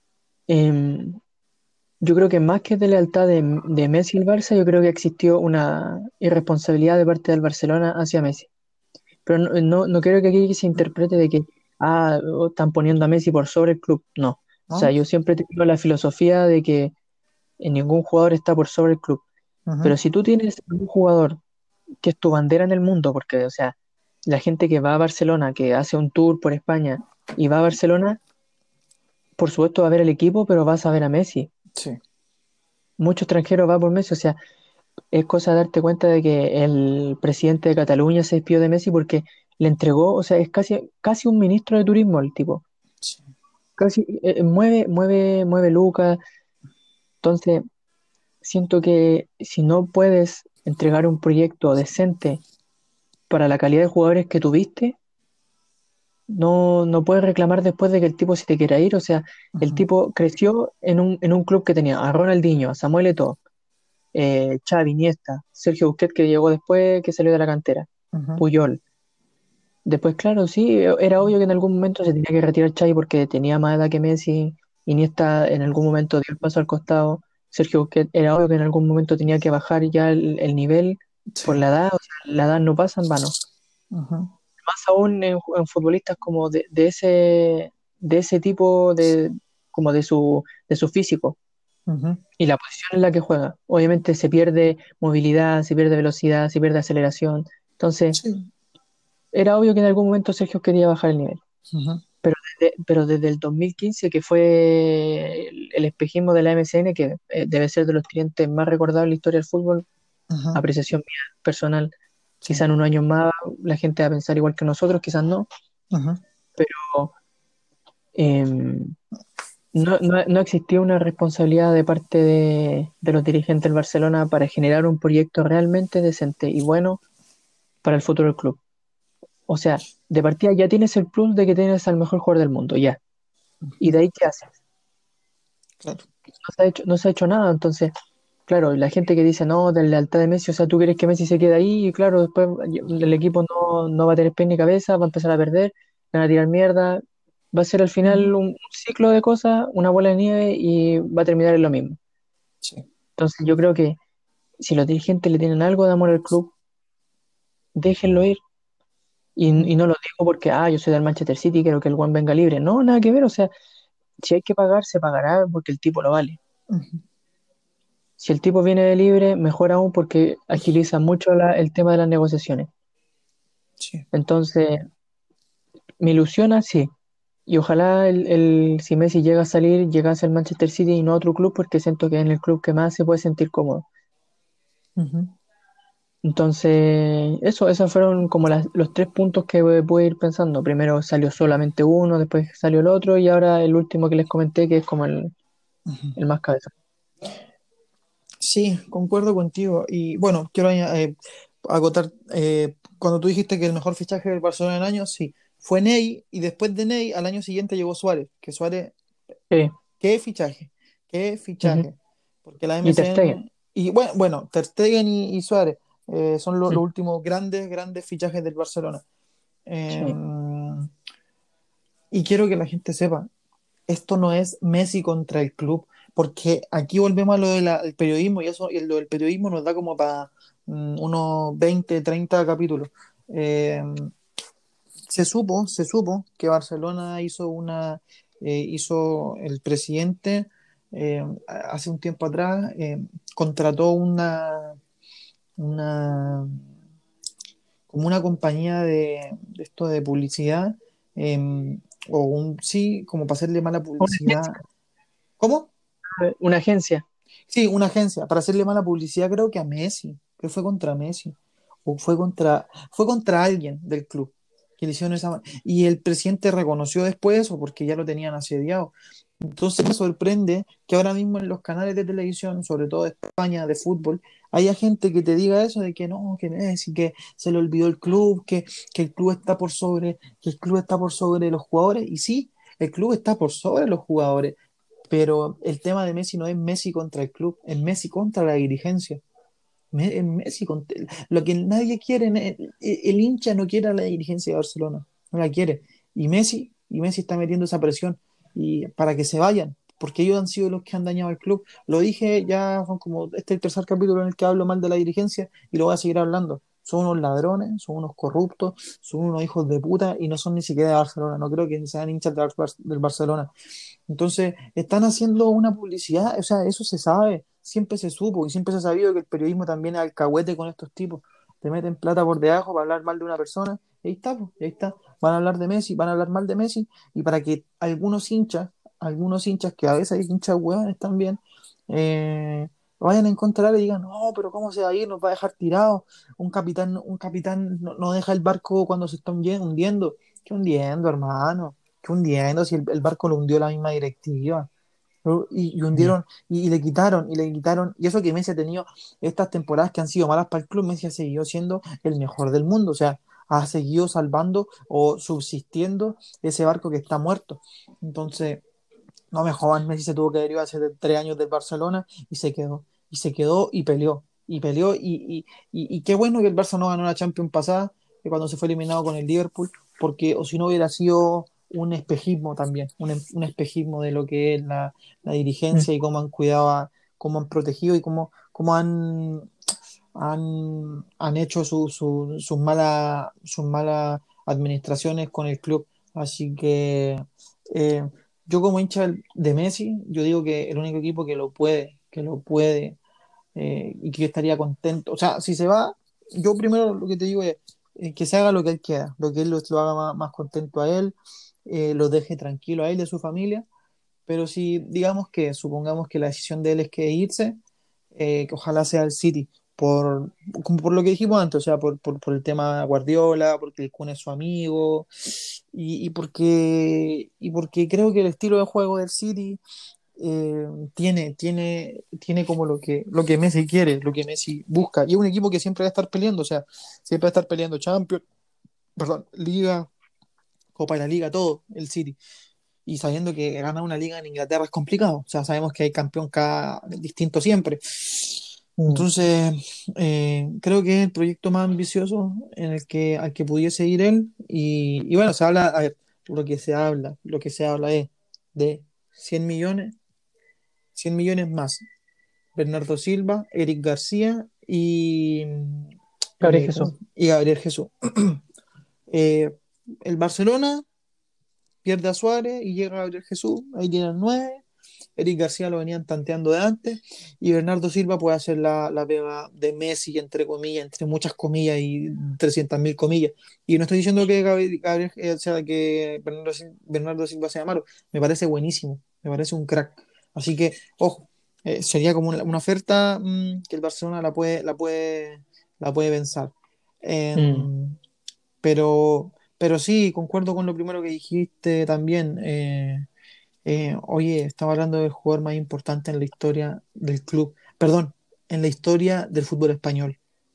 Speaker 2: em, yo creo que más que de lealtad de, de Messi al Barça, yo creo que existió una irresponsabilidad de parte del Barcelona hacia Messi. Pero no, no, no creo que aquí se interprete de que ah, o están poniendo a Messi por sobre el club. No. O sea,
Speaker 1: ¿no?
Speaker 2: yo siempre tengo la filosofía de que ningún jugador está por sobre el club.
Speaker 1: Ujú,
Speaker 2: Pero si tú tienes un jugador que es tu bandera en el mundo, porque, o sea, la gente que va a Barcelona, que hace un tour por España y va a Barcelona, por supuesto va a ver el equipo, pero vas a ver a Messi.
Speaker 1: sí,
Speaker 2: Mucho extranjero va por Messi, o sea, es cosa de darte cuenta de que el presidente de Cataluña se despidió de Messi porque le entregó, o sea, es casi, casi un ministro de turismo el tipo.
Speaker 1: sí,
Speaker 2: Casi eh, eh, mueve, mueve, mueve lucas. Entonces, siento que si no puedes entregar un proyecto decente para la calidad de jugadores que tuviste, no, no puedes reclamar después de que el tipo se te quiera ir. O sea, el
Speaker 1: Ujú,
Speaker 2: tipo creció en un, en un club que tenía a Ronaldinho, a Samuel Eto'o, eh, Xavi, Iniesta, Sergio Busquets que llegó después, que salió de la cantera,
Speaker 1: ujú,
Speaker 2: Puyol. Después, claro, sí, era obvio que en algún momento se tenía que retirar Xavi porque tenía más edad que Messi, Iniesta en algún momento dio el paso al costado, Sergio Busquets era obvio que en algún momento tenía que bajar ya el, el nivel
Speaker 1: sí,
Speaker 2: por la edad. O sea, la edad no pasa en vano.
Speaker 1: ujú,
Speaker 2: Más aún en, en futbolistas como de, de ese, de ese tipo de, como de su, de su físico
Speaker 1: ujú,
Speaker 2: y la posición en la que juega. Obviamente se pierde movilidad, se pierde velocidad, se pierde aceleración. Entonces,
Speaker 1: sí,
Speaker 2: era obvio que en algún momento Sergio quería bajar el nivel.
Speaker 1: ujú,
Speaker 2: Pero desde, pero desde el dos mil quince, que fue el, el espejismo de la M C N, que eh, debe ser de los clientes más recordados en la historia del fútbol,
Speaker 1: ujú,
Speaker 2: apreciación mía personal,
Speaker 1: sí,
Speaker 2: quizá en unos años más la gente va a pensar igual que nosotros, quizás no,
Speaker 1: ujú,
Speaker 2: pero eh, no, no, no existía una responsabilidad de parte de, de los dirigentes del Barcelona para generar un proyecto realmente decente y bueno para el futuro del club. O sea, de partida ya tienes el plus de que tienes al mejor jugador del mundo, ya. ¿Y de ahí qué haces?
Speaker 1: claro.
Speaker 2: No se ha hecho, no se ha hecho nada. Entonces, claro, la gente que dice no, de la lealtad de Messi, o sea, tú quieres que Messi se quede ahí y claro, después el equipo no, no va a tener pie ni cabeza, va a empezar a perder, van a tirar mierda, va a ser al
Speaker 1: Ujú,
Speaker 2: final un ciclo de cosas, una bola de nieve y va a terminar en lo mismo.
Speaker 1: sí,
Speaker 2: Entonces, yo creo que si los dirigentes le tienen algo de amor al club, déjenlo ir. Y,
Speaker 1: ujú,
Speaker 2: y no lo digo porque, ah, yo soy del Manchester City, quiero que el Juan venga libre. No, nada que ver, o sea, si hay que pagar, se pagará porque el tipo lo vale.
Speaker 1: ujú,
Speaker 2: Si el tipo viene de libre, mejor aún porque agiliza mucho la- el tema de las negociaciones.
Speaker 1: sí,
Speaker 2: Entonces, me ilusiona, sí. Y ojalá el, el- si Messi llega a salir, llegase al Manchester City y no a otro club, porque siento que es en el club que más se puede sentir cómodo.
Speaker 1: ujú,
Speaker 2: Entonces, eso, esos fueron como las- los tres puntos que pude ir pensando. Primero salió solamente uno, después salió el otro y ahora el último que les comenté, que es como el,
Speaker 1: ujú.
Speaker 2: el más cabeza.
Speaker 1: Sí, concuerdo contigo. Y bueno, quiero aña- eh, acotar, eh, cuando tú dijiste que el mejor fichaje del Barcelona en años, sí, fue Ney, y después de Ney al año siguiente llegó Suárez, que Suárez,
Speaker 2: Sí,
Speaker 1: qué fichaje, qué
Speaker 2: ujú.
Speaker 1: fichaje, porque la
Speaker 2: Y Ter Stegen.
Speaker 1: M C N, y bueno, bueno, Ter Stegen y, y Suárez eh, son lo-
Speaker 2: Mm,
Speaker 1: los últimos grandes, grandes fichajes del Barcelona. Eh,
Speaker 2: sí.
Speaker 1: y quiero que la gente sepa, esto no es Messi contra el club, porque aquí volvemos a lo del periodismo y eso, y lo del periodismo nos da como para unos veinte treinta capítulos. Eh, se supo, se supo que Barcelona hizo una, eh, hizo el presidente eh, hace un tiempo atrás, eh, contrató una, una, como una compañía de, de esto de publicidad, eh, o un, sí, como para hacerle mala
Speaker 2: Una
Speaker 1: publicidad.
Speaker 2: agencia.
Speaker 1: ¿Cómo?
Speaker 2: Una agencia.
Speaker 1: Sí, una agencia, para hacerle mala publicidad creo que a Messi, que fue contra Messi, o fue contra, fue contra alguien del club que le hicieron esa... Y el presidente reconoció después eso porque ya lo tenían asediado. Entonces me sorprende que ahora mismo en los canales de televisión, sobre todo de España, de fútbol, haya gente que te diga eso de que no, que Messi, que se le olvidó el club, que, que el club está por sobre, que el club está por sobre los jugadores. Y sí, el club está por sobre los jugadores, pero el tema de Messi no es Messi contra el club, es Messi contra la dirigencia. Me- Es Messi contra... Lo que nadie quiere, el, el hincha no quiere a la dirigencia de Barcelona, no la quiere. Y Messi, y Messi está metiendo esa presión y para que se vayan, porque ellos han sido los que han dañado al club. Lo dije ya, son como este es el tercer capítulo en el que hablo mal de la dirigencia y lo voy a seguir hablando. Son unos ladrones, son unos corruptos, son unos hijos de puta y no son ni siquiera de Barcelona. No creo que sean hinchas de Bar- del Barcelona. Entonces, están haciendo una publicidad, o sea, eso se sabe, siempre se supo y siempre se ha sabido que el periodismo también es alcahuete con estos tipos. Te meten plata por debajo para hablar mal de una persona, y ahí está, pues, y ahí está. Van a hablar de Messi, van a hablar mal de Messi, y para que algunos hinchas, algunos hinchas, que a veces hay hinchas hueones también, eh, vayan a encontrar y digan, no, pero ¿cómo se va a ir? Nos va a dejar tirados. Un capitán, un capitán no, no deja el barco cuando se está hundi- hundiendo. ¿Qué hundiendo, hermano? Que hundiendo si el, el barco lo hundió la misma directiva, ¿no? y, y
Speaker 2: Mm.
Speaker 1: hundieron y, y le quitaron y le quitaron y eso que Messi ha tenido estas temporadas que han sido malas para el club. Messi ha seguido siendo el mejor del mundo, o sea, ha seguido salvando o subsistiendo ese barco que está muerto. Entonces, no me jodan, Messi se tuvo que haber ido hace tres años del Barcelona y se quedó, y se quedó y peleó, y peleó, y, y, y, y qué bueno que el Barça no ganó la Champions pasada, que cuando se fue eliminado con el Liverpool, porque o si no hubiera sido un espejismo también, un, un espejismo de lo que es la, la
Speaker 2: Mm.
Speaker 1: dirigencia y cómo han cuidado, a, cómo han protegido y cómo, cómo han, han, han hecho sus su, sus malas sus malas administraciones con el club. Así que eh, yo como hincha de Messi, yo digo que el único equipo que lo puede, que lo puede eh, y que yo estaría contento. O sea, si se va, yo primero lo que te digo es eh, que se haga lo que él quiera, lo que él lo, lo haga más, más contento a él, eh, lo deje tranquilo a él y a su familia. Pero si digamos que, supongamos que la decisión de él es que irse, eh, que ojalá sea el City, por, como por lo que dijimos antes, o sea, por, por, por el tema Guardiola, porque el Kun es su amigo, y, y porque, y porque creo que el estilo de juego del City eh, tiene, tiene, tiene como lo que, lo que Messi quiere, lo que Messi busca, y es un equipo que siempre va a estar peleando, o sea, siempre va a estar peleando Champions, perdón, Liga, Copa de la Liga, todo, el City y sabiendo que ganar una liga en Inglaterra es complicado. O sea, sabemos que hay campeón cada distinto siempre.
Speaker 2: Mm.
Speaker 1: Entonces, eh, creo que es el proyecto más ambicioso en el que, al que pudiese ir él. Y, y bueno, se habla, a ver, lo que se habla, lo que se habla es de cien millones, cien millones más. Bernardo Silva, Eric García y,
Speaker 2: Gabriel
Speaker 1: y,
Speaker 2: Jesús.
Speaker 1: ¿cómo? Y Gabriel Jesús. Eh, el Barcelona pierde a Suárez y llega Gabriel Jesús, ahí tienen nueve. Eric García lo venían tanteando de antes y Bernardo Silva puede hacer la, la pega de Messi, entre comillas, entre muchas comillas y trescientas mil comillas. Y no estoy diciendo que, Gabriel, Gabriel, eh, o sea, que Bernardo, Bernardo Silva sea malo, me parece buenísimo, me parece un crack. Así que, ojo, eh, sería como una, una oferta mmm, que el Barcelona la puede, la puede, la puede pensar. Eh,
Speaker 2: Mm.
Speaker 1: pero, pero sí, concuerdo con lo primero que dijiste también. Eh, eh, oye, estaba hablando del jugador más importante en la historia del club, perdón, en la historia del fútbol español.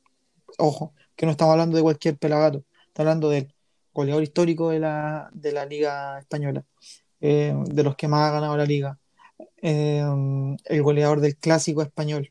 Speaker 1: Ojo, que no estaba hablando de cualquier pelagato, está hablando del goleador histórico de la, de la Liga Española, eh, de los que más ha ganado la Liga, eh, el goleador del Clásico Español.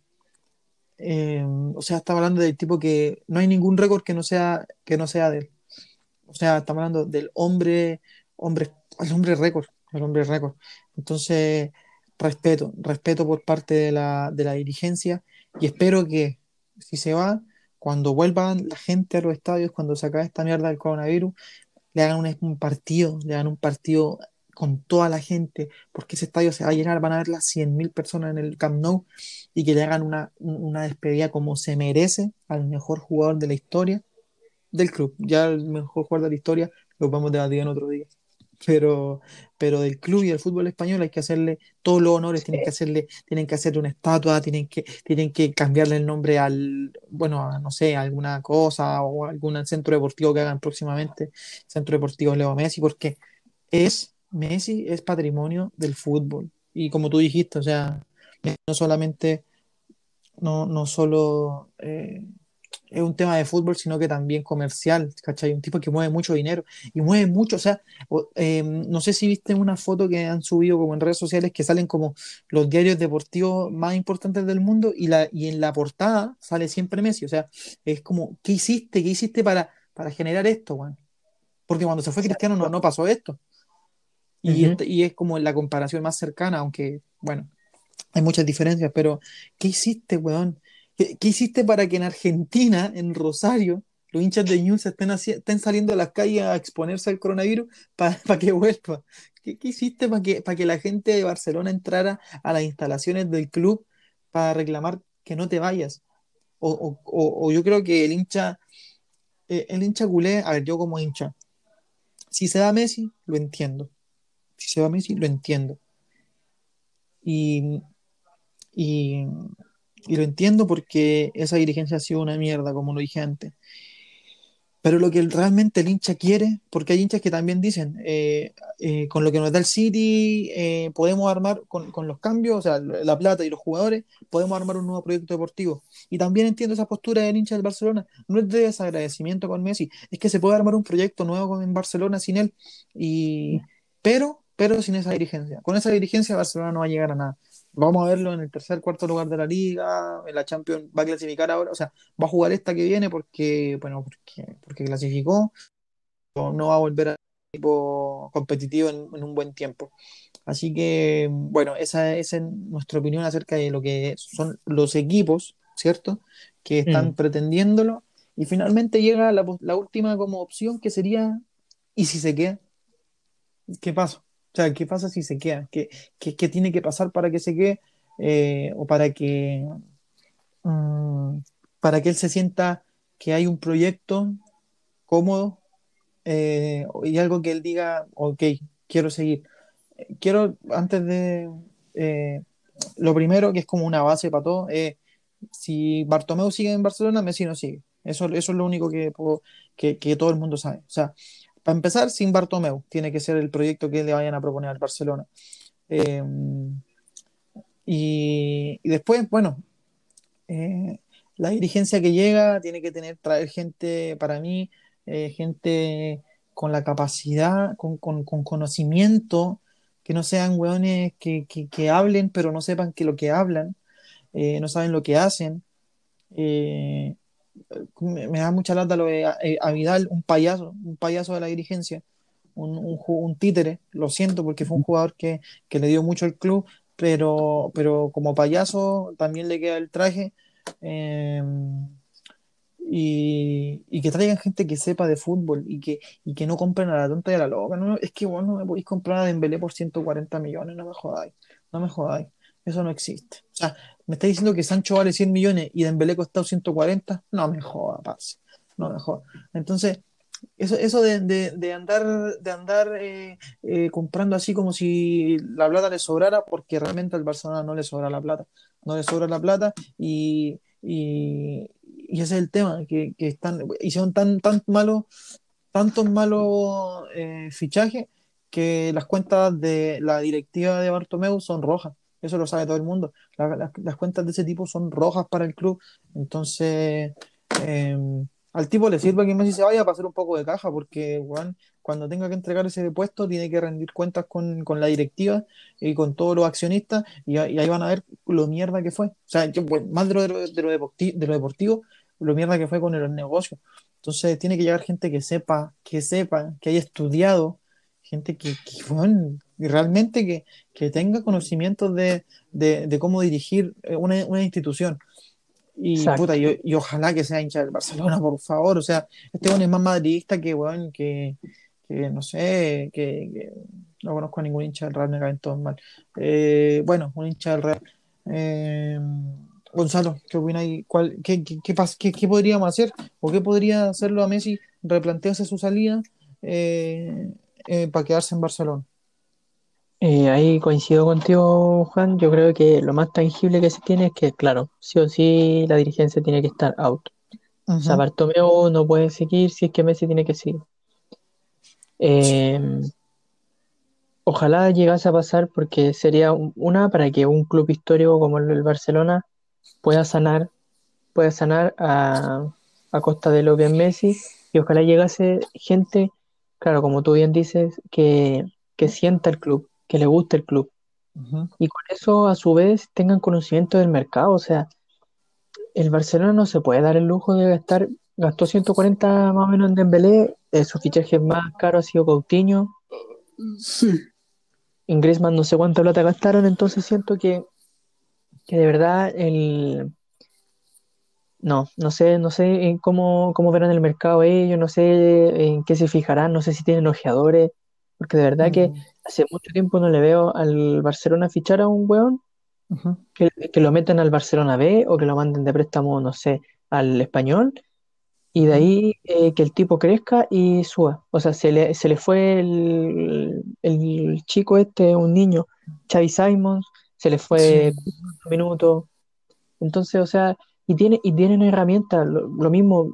Speaker 1: Eh, o sea, estaba hablando del tipo que no hay ningún récord que no sea, que no sea de él. O sea, estamos hablando del hombre, hombre, el hombre récord, el hombre récord. Entonces, respeto, respeto por parte de la, de la dirigencia y espero que si se va, cuando vuelvan la gente a los estadios, cuando se acabe esta mierda del coronavirus, le hagan un, un partido, le hagan un partido con toda la gente, porque ese estadio se va a llenar, van a ver las cien mil personas en el Camp Nou y que le hagan una, una despedida como se merece al mejor jugador de la historia del club. Ya el mejor jugador de la historia lo vamos a debatir en otro día. Pero, pero del club y del fútbol español hay que hacerle todos los honores, tienen que
Speaker 2: Sí.
Speaker 1: hacerle, tienen que hacerle una estatua, tienen que, tienen que cambiarle el nombre al, bueno, a, no sé, a alguna cosa o a algún centro deportivo que hagan próximamente, Centro Deportivo Leo Messi, porque es, Messi es patrimonio del fútbol. Y como tú dijiste, o sea, no solamente, no, no solo eh, es un tema de fútbol, sino que también comercial, ¿cachai? Un tipo que mueve mucho dinero y mueve mucho, o sea, o- eh, no sé si viste una foto que han subido como en redes sociales que salen como los diarios deportivos más importantes del mundo y, la, y en la portada sale siempre Messi, o sea, es como, ¿qué hiciste? ¿Qué hiciste para, para generar esto, Juan? Porque cuando se fue Cristiano no,
Speaker 2: Exacto.
Speaker 1: no pasó esto. Y,
Speaker 2: Ujú.
Speaker 1: este- y es como la comparación más cercana, aunque, bueno, hay muchas diferencias, pero ¿qué hiciste, weón? ¿Qué, qué hiciste para que en Argentina, en Rosario, los hinchas de Ñuble estén, haci- estén saliendo a las calles a exponerse al coronavirus para que vuelva? ¿Qué, qué hiciste para que, para que la gente de Barcelona entrara a las instalaciones del club para reclamar que no te vayas? O, o- o- o yo creo que el hincha, eh, el hincha culé, a ver, yo como hincha, si se da Messi, lo entiendo. Si se va Messi, lo entiendo. Y, y, y lo entiendo porque esa dirigencia ha sido una mierda, como lo dije antes. pero lo que realmente el hincha quiere, porque hay hinchas que también dicen, eh, eh, con lo que nos da el City, eh, podemos armar, con, con los cambios, o sea, la plata y los jugadores, podemos armar un nuevo proyecto deportivo. Y también entiendo esa postura del hincha del Barcelona. No es de desagradecimiento con Messi, es que se puede armar un proyecto nuevo con, en Barcelona sin él, y, pero, pero sin esa dirigencia. Con esa dirigencia Barcelona no va a llegar a nada. Vamos a verlo en el tercer, cuarto lugar de la liga, en la Champions va a clasificar ahora, o sea, va a jugar esta que viene porque, bueno, porque, porque clasificó, o no va a volver a equipo competitivo en, en un buen tiempo. Así que, bueno, esa, esa es nuestra opinión acerca de lo que son los equipos, ¿cierto? Que
Speaker 2: Mm,
Speaker 1: están pretendiéndolo. Y finalmente llega la, la última como opción que sería, ¿y si se queda? ¿Qué pasa? O sea, ¿qué pasa si se queda? ¿Qué, qué, qué tiene que pasar para que se quede? Eh, o para que, mm, para que él se sienta que hay un proyecto cómodo, eh, y algo que él diga, ok, quiero seguir. Eh, Quiero, antes de, eh, lo primero, que es como una base para todo, es si Bartomeu sigue en Barcelona, Messi no sigue. Eso, eso es lo único que, puedo- que, que todo el mundo sabe. O sea, para empezar, sin Bartomeu, tiene que ser el proyecto que le vayan a proponer al Barcelona. Eh, y, y después, bueno, eh, la dirigencia que llega tiene que tener, traer gente, para mí, eh, gente con la capacidad, con, con, con conocimiento, que no sean hueones que, que, que hablen, pero no sepan que lo que hablan, eh, no saben lo que hacen. Eh, me, me da mucha lata lo de a, eh, a Vidal, un payaso, un payaso de la dirigencia, un, un, un títere, lo siento porque fue un jugador que, que le dio mucho al club, pero, pero como payaso también le queda el traje. eh, y, y que traigan gente que sepa de fútbol y que, y que no compren a la tonta y a la loca. No, es que bueno, no me podéis comprar a Dembélé por ciento cuarenta millones, no me jodáis, no me jodáis. Eso no existe. O sea, me está diciendo que Sancho vale cien millones y Dembélé costó ciento cuarenta, no me joda, parce. No me joda. Entonces, eso, eso de, de, de andar, de andar eh, eh, comprando así como si la plata le sobrara, porque realmente al Barcelona no le sobra la plata. No le sobra la plata y, y, y ese es el tema, que, que están, hicieron tan, tan malos, tantos malos eh, fichajes que las cuentas de la directiva de Bartomeu son rojas. Eso lo sabe todo el mundo. La- la- las cuentas de ese tipo son rojas para el club. Entonces, eh, al tipo le sirve que Messi se vaya para hacer un poco de caja, porque weón, cuando tenga que entregar ese puesto tiene que rendir cuentas con, con la directiva y con todos los accionistas, y, y ahí van a ver lo mierda que fue. O sea, yo, pues, más de lo, de lo, de lo deporti- de lo deportivo, lo mierda que fue con el negocio. Entonces tiene que llegar gente que sepa, que sepa, que haya estudiado, gente que, que weón, realmente que, que tenga conocimientos de, de, de cómo dirigir eh, una, una institución. Y puta,
Speaker 2: exacto.
Speaker 1: y, y ojalá que sea hincha del Barcelona, por favor. O sea, este weón es más madridista que, weón, que, que no sé, que, que no conozco a ningún hincha del Real, me caen todos mal. Eh, bueno, un hincha del Real. Eh, Gonzalo, ¿qué opináis? ¿Cuál, qué, qué, qué, pas- qué- qué podríamos hacer? ¿O qué podría hacerlo a Messi? ¿Replantearse su salida eh, eh, para quedarse en Barcelona?
Speaker 2: Eh, ahí coincido contigo, Juan. Yo creo que lo más tangible que se tiene es que, claro, sí o sí la dirigencia tiene que estar out. O sea,
Speaker 1: Ujú,
Speaker 2: Bartomeu no puede seguir si es que Messi tiene que seguir. Eh, Ojalá llegase a pasar porque sería un- una para que un club histórico como el el Barcelona pueda sanar, pueda sanar a, a costa de lo que es Messi, y ojalá llegase gente, claro, como tú bien dices, que, que sienta el club, que le guste el club.
Speaker 1: ujú.
Speaker 2: Y con eso, a su vez, tengan conocimiento del mercado. O sea, el Barcelona no se puede dar el lujo de gastar, gastó ciento cuarenta más o menos en Dembélé, eh, su fichaje más caro ha sido Coutinho, en Griezmann no sé cuánta plata gastaron, entonces siento que, que de verdad el... No, no sé, no sé en cómo, cómo verán el mercado ellos, no sé en qué se fijarán, no sé si tienen ojeadores, porque de verdad que
Speaker 1: Mm,
Speaker 2: hace mucho tiempo no le veo al Barcelona fichar a un weón
Speaker 1: ujú,
Speaker 2: que, que lo metan al Barcelona B o que lo manden de préstamo, no sé, al Español, y de
Speaker 1: ujú.
Speaker 2: ahí eh, que el tipo crezca y suba. O sea, se le, se le fue el, el chico este, un niño, Xavi Simons, se le
Speaker 1: Sí.
Speaker 2: fue minutos. Entonces, o sea, y tiene, y tienen herramientas, lo, lo mismo.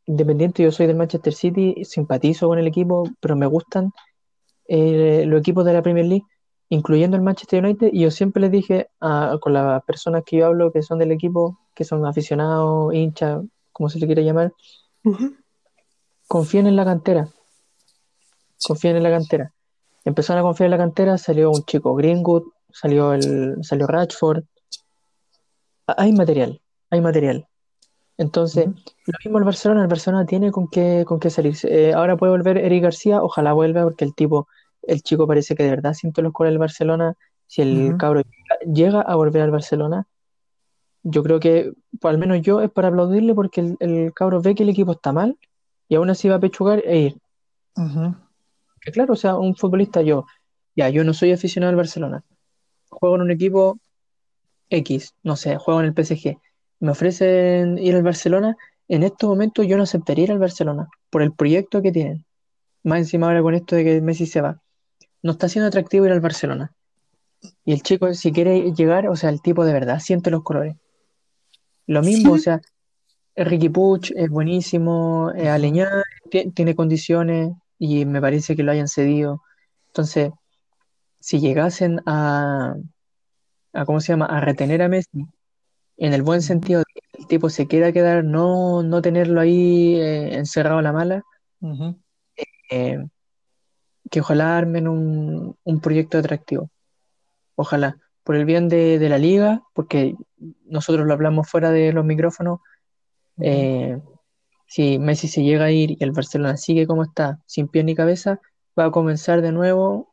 Speaker 2: independiente, yo soy del Manchester City, simpatizo con el equipo, pero me gustan eh, los equipos de la Premier League, incluyendo el Manchester United, y yo siempre les dije a, con las personas que yo hablo que son del equipo, que son aficionados, hinchas, como se le quiera llamar,
Speaker 1: Ujú.
Speaker 2: confíen en la cantera,
Speaker 1: Sí.
Speaker 2: confíen en la cantera. Empezaron a confiar en la cantera, salió un chico Greenwood, salió el, salió Rashford. Ah, hay material, hay material. Entonces,
Speaker 1: Ujú.
Speaker 2: lo mismo el Barcelona, el Barcelona tiene con qué, con qué salirse. Eh, ahora puede volver Eric García, ojalá vuelva, porque el tipo, el chico parece que de verdad siente los colores del Barcelona. Si el
Speaker 1: Ujú.
Speaker 2: cabro llega, llega a volver al Barcelona, yo creo que, pues, al menos yo, es para aplaudirle porque el, el cabro ve que el equipo está mal y aún así va a pechugar e ir.
Speaker 1: Ujú.
Speaker 2: Que claro, o sea, un futbolista yo, ya, yo no soy aficionado al Barcelona, juego en un equipo X, no sé, juego en el P S G, me ofrecen ir al Barcelona, en estos momentos yo no aceptaría ir al Barcelona por el proyecto que tienen. Más encima ahora con esto de que Messi se va. No está siendo atractivo ir al Barcelona. Y el chico, si quiere llegar, o sea, el tipo de verdad siente los colores. Lo mismo, o
Speaker 1: Sí.
Speaker 2: sea, Ricky Puig es buenísimo, es
Speaker 1: Ujú.
Speaker 2: Aleñá ti- tiene condiciones y me parece que lo hayan cedido. Entonces, si llegasen a, a ¿cómo se llama?, a retener a Messi en el buen
Speaker 1: Ujú.
Speaker 2: sentido de que el tipo se quiera quedar, no, no tenerlo ahí eh, encerrado a la mala,
Speaker 1: Ujú.
Speaker 2: eh, que ojalá armen un, un proyecto atractivo. Ojalá, por el bien de, de la liga, porque nosotros lo hablamos fuera de los micrófonos,
Speaker 1: Ujú.
Speaker 2: eh, si Messi se llega a ir y el Barcelona sigue como está, sin pie ni cabeza, va a comenzar de nuevo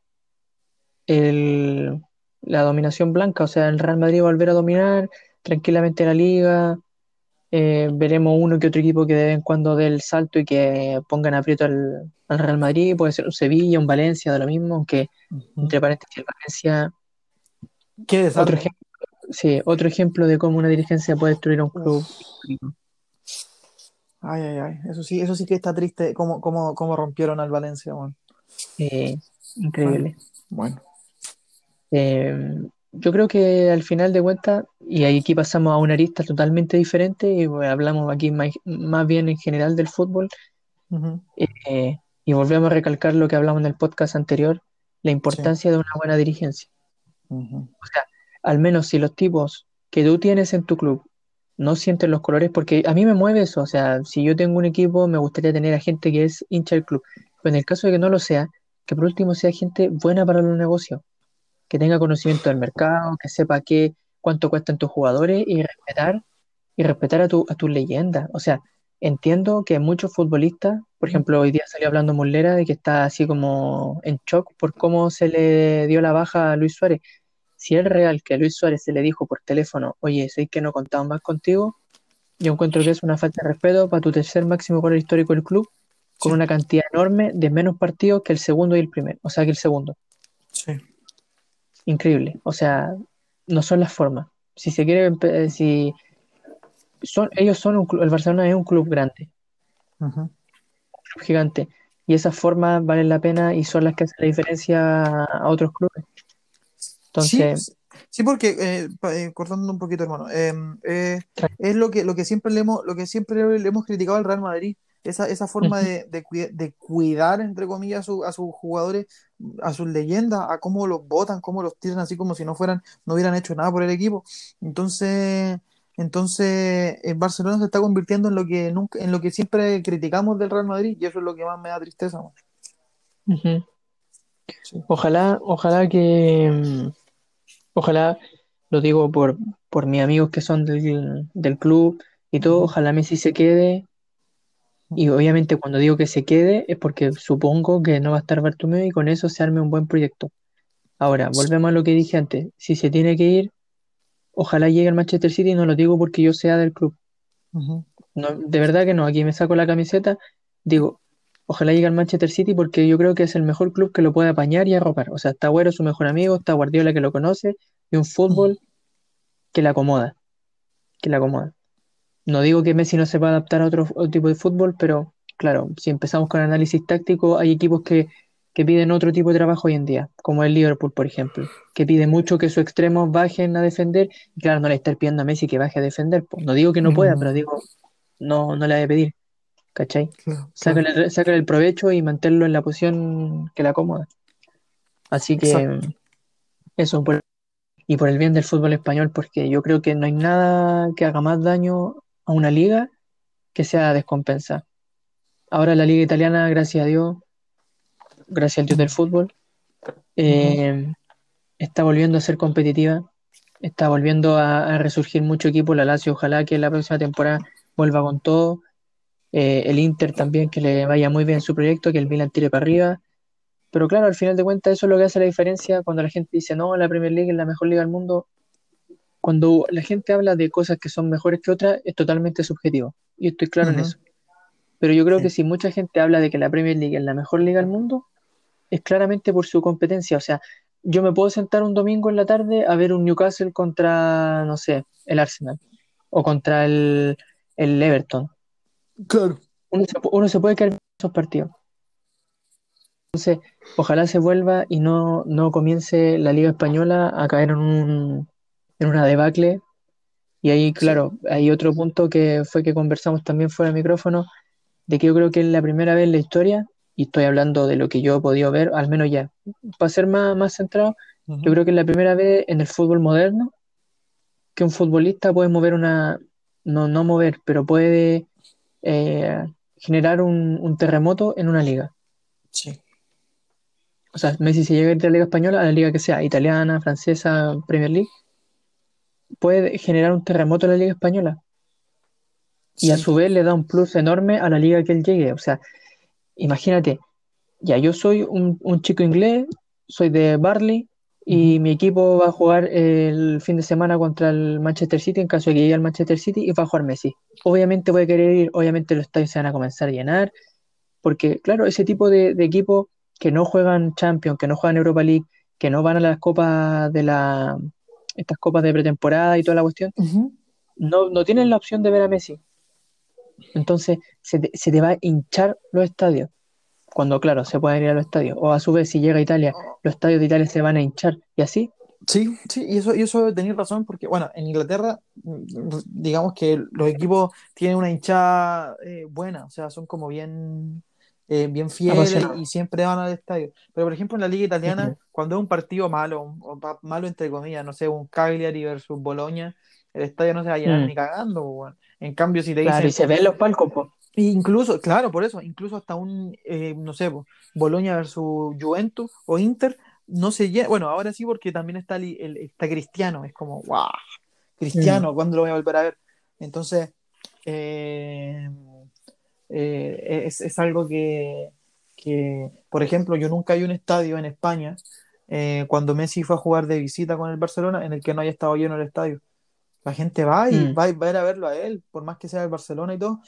Speaker 2: el, la dominación blanca, o sea, el Real Madrid va a volver a dominar tranquilamente la liga. Eh, veremos uno que otro equipo que de vez en cuando dé el salto y que pongan aprieto al, al Real Madrid, puede ser un Sevilla, un Valencia, de lo mismo, aunque
Speaker 1: Ujú.
Speaker 2: entre paréntesis el Valencia,
Speaker 1: Qué
Speaker 2: otro
Speaker 1: desastre.
Speaker 2: ejemplo, sí, otro ejemplo de cómo una dirigencia puede destruir a un club
Speaker 1: Uf.
Speaker 2: histórico.
Speaker 1: Ay, ay, ay. Eso sí, eso sí que está triste cómo, cómo, cómo rompieron al Valencia, weón.
Speaker 2: Eh,
Speaker 1: Bueno,
Speaker 2: increíble.
Speaker 1: bueno.
Speaker 2: Eh, yo creo que al final de cuentas, y ahí aquí pasamos a una arista totalmente diferente, y bueno, hablamos aquí más, más bien en general del fútbol,
Speaker 1: Ujú.
Speaker 2: eh, y volvemos a recalcar lo que hablamos en el podcast anterior, la
Speaker 1: Sí.
Speaker 2: importancia de una buena dirigencia.
Speaker 1: Ujú.
Speaker 2: O sea, al menos si los tipos que tú tienes en tu club no sienten los colores, porque a mí me mueve eso, o sea, si yo tengo un equipo, me gustaría tener a gente que es hincha del club, pero en el caso de que no lo sea, que por último sea gente buena para los negocios, que tenga conocimiento del mercado, que sepa qué, cuánto cuestan tus jugadores y respetar, y respetar a tu, a tus leyendas. O sea, entiendo que muchos futbolistas, por ejemplo, hoy día salió hablando Muslera de que está así como en shock por cómo se le dio la baja a Luis Suárez. Si es real que a Luis Suárez se le dijo por teléfono, oye, sé que no contamos más contigo, yo encuentro que es una falta de respeto para tu tercer máximo goleador histórico del club, con
Speaker 1: Sí.
Speaker 2: una cantidad enorme de menos partidos que el segundo y el primero, o sea, que el segundo.
Speaker 1: Sí.
Speaker 2: Increíble. O sea, no son las formas. Si se quiere, empe- eh, si son, ellos son un club, el Barcelona es un club grande,
Speaker 1: Ujú.
Speaker 2: un club gigante, y esas formas valen la pena y son las que hacen la diferencia a otros clubes.
Speaker 1: Sí,
Speaker 2: Entonces,
Speaker 1: sí, sí, porque eh, pa- eh, cortando un poquito, hermano, em, eh,
Speaker 2: tra-
Speaker 1: es lo que, lo que siempre le hemos, lo que siempre le le hemos criticado al Real Madrid, esa, esa forma
Speaker 2: ujú,
Speaker 1: de, de, cui- de cuidar, entre comillas, a, su- a sus jugadores, a sus leyendas, a cómo los botan, cómo los tiran así como si no fueran, no hubieran hecho nada por el equipo. Entonces, entonces el Barcelona se está convirtiendo en lo que nunca, en lo que siempre criticamos del Real Madrid, y eso es lo que más me da tristeza, man.
Speaker 2: ujú.
Speaker 1: Sí.
Speaker 2: Ojalá, ojalá que, mm, ojalá, lo digo por, por mis amigos que son del, del club y todo,
Speaker 1: Ujú.
Speaker 2: ojalá Messi se quede. Y
Speaker 1: Ujú.
Speaker 2: obviamente cuando digo que se quede es porque supongo que no va a estar Bartomeu y con eso se arme un buen proyecto. Ahora, volvemos a lo que dije antes. Si se tiene que ir, ojalá llegue al Manchester City, no lo digo porque yo sea del club.
Speaker 1: Ujú.
Speaker 2: No, de verdad que no, aquí me saco la camiseta, digo, ojalá llegue al Manchester City porque yo creo que es el mejor club que lo puede apañar y arropar. O sea, está Agüero, su mejor amigo, está Guardiola que lo conoce y un
Speaker 1: Ujú.
Speaker 2: fútbol que le acomoda, que le acomoda. No digo que Messi no se va a adaptar a otro, otro tipo de fútbol, pero claro, si empezamos con análisis táctico, hay equipos que, que piden otro tipo de trabajo hoy en día, como el Liverpool, por ejemplo, que pide mucho que sus extremos bajen a defender, y claro, no le está pidiendo a Messi que baje a defender, pues. No digo que no pueda, pero
Speaker 1: Mm.
Speaker 2: digo, no, no le voy a pedir. ¿cachai?
Speaker 1: Claro, claro.
Speaker 2: Sácale, sácale el provecho y mantenerlo en la posición que le acomoda. Así que
Speaker 1: Exacto.
Speaker 2: eso, por- y por el bien del fútbol español, porque yo creo que no hay nada que haga más daño a una liga que sea descompensar. Ahora la liga italiana, gracias a Dios, gracias al Dios del
Speaker 1: Mm,
Speaker 2: fútbol,
Speaker 1: ujú.
Speaker 2: eh, está volviendo a ser competitiva, está volviendo a, a resurgir mucho equipo, la Lazio, ojalá que la próxima temporada vuelva con todo, eh, el Inter también que le vaya muy bien su proyecto, que el Milan tire para arriba, pero claro, al final de cuentas eso es lo que hace la diferencia cuando la gente dice, no, la Premier League es la mejor liga del mundo, cuando la gente habla de cosas que son mejores que otras, es totalmente subjetivo, y estoy claro en
Speaker 1: Ujú.
Speaker 2: eso. Pero yo creo que
Speaker 1: Sí,
Speaker 2: si mucha gente habla de que la Premier League es la mejor liga del mundo, es claramente por su competencia. O sea, yo me puedo sentar un domingo en la tarde a ver un Newcastle contra, no sé, el Arsenal o contra el, el Everton.
Speaker 1: claro.
Speaker 2: Uno se, pu- uno se puede quedar viendo esos partidos. Ojalá se vuelva y no, no comience la Liga Española a caer en un, en una debacle. Y ahí,
Speaker 1: Sí.
Speaker 2: claro, hay otro punto que fue que conversamos también fuera del micrófono, de que yo creo que es la primera vez en la historia, y estoy hablando de lo que yo he podido ver, al menos ya, para ser más, más centrado, yo
Speaker 1: Ujú.
Speaker 2: creo que es la primera vez en el fútbol moderno que un futbolista puede mover una, no, no mover, pero puede eh, generar un, un terremoto en una liga.
Speaker 1: Sí.
Speaker 2: O sea, Messi se llega a ir de la liga española a la liga que sea, italiana, francesa, Premier League, puede generar un terremoto en la liga española. Y a
Speaker 1: Sí.
Speaker 2: su vez le da un plus enorme a la liga que él llegue. O sea, imagínate, ya, yo soy un, un chico inglés, soy de Barley
Speaker 1: Ujú.
Speaker 2: y mi equipo va a jugar el fin de semana contra el Manchester City en caso de que llegue al Manchester City y va a jugar Messi. Obviamente voy a querer ir, obviamente los estadios se van a comenzar a llenar, porque claro, ese tipo de, de equipos que no juegan Champions, que no juegan Europa League, que no van a las copas de la, estas copas de pretemporada y toda la cuestión,
Speaker 1: Ujú.
Speaker 2: no, no tienen la opción de ver a Messi. Entonces se te, se te va a hinchar los estadios cuando, claro, se pueden ir a los estadios. O a su vez, si llega a Italia, los estadios de Italia se van a hinchar. Y así,
Speaker 1: Sí, sí, y eso, y eso tenéis razón, porque, bueno, en Inglaterra, mm, digamos que los equipos tienen una hinchada eh, buena, o sea, son como bien, eh, bien fieles
Speaker 2: apasionado.
Speaker 1: y siempre van al estadio. Pero, por ejemplo, en la liga italiana,
Speaker 2: Mm,
Speaker 1: cuando es un partido malo, un- o pa- malo entre comillas, no sé, un Cagliari versus Boloña, el estadio no se va a llenar
Speaker 2: mm,
Speaker 1: ni cagando, po, weón. En cambio, si te
Speaker 2: claro, y
Speaker 1: dicen,
Speaker 2: se ven los palcos, po.
Speaker 1: incluso, claro, por eso, incluso hasta un, eh, no sé, po, Boloña versus Juventus o Inter, no se llena, bueno, ahora sí porque también está, el, el- está Cristiano, es como, wow,
Speaker 2: Mm,
Speaker 1: Cristiano, ¿cuándo lo voy a volver a ver? Entonces, eh, eh, es, es algo que, que, por ejemplo, yo nunca hay un estadio en España, eh, cuando Messi fue a jugar de visita con el Barcelona, en el que no haya estado lleno el estadio. La gente va y
Speaker 2: mm,
Speaker 1: va, y va a ir a verlo a él, por más que sea el Barcelona y todo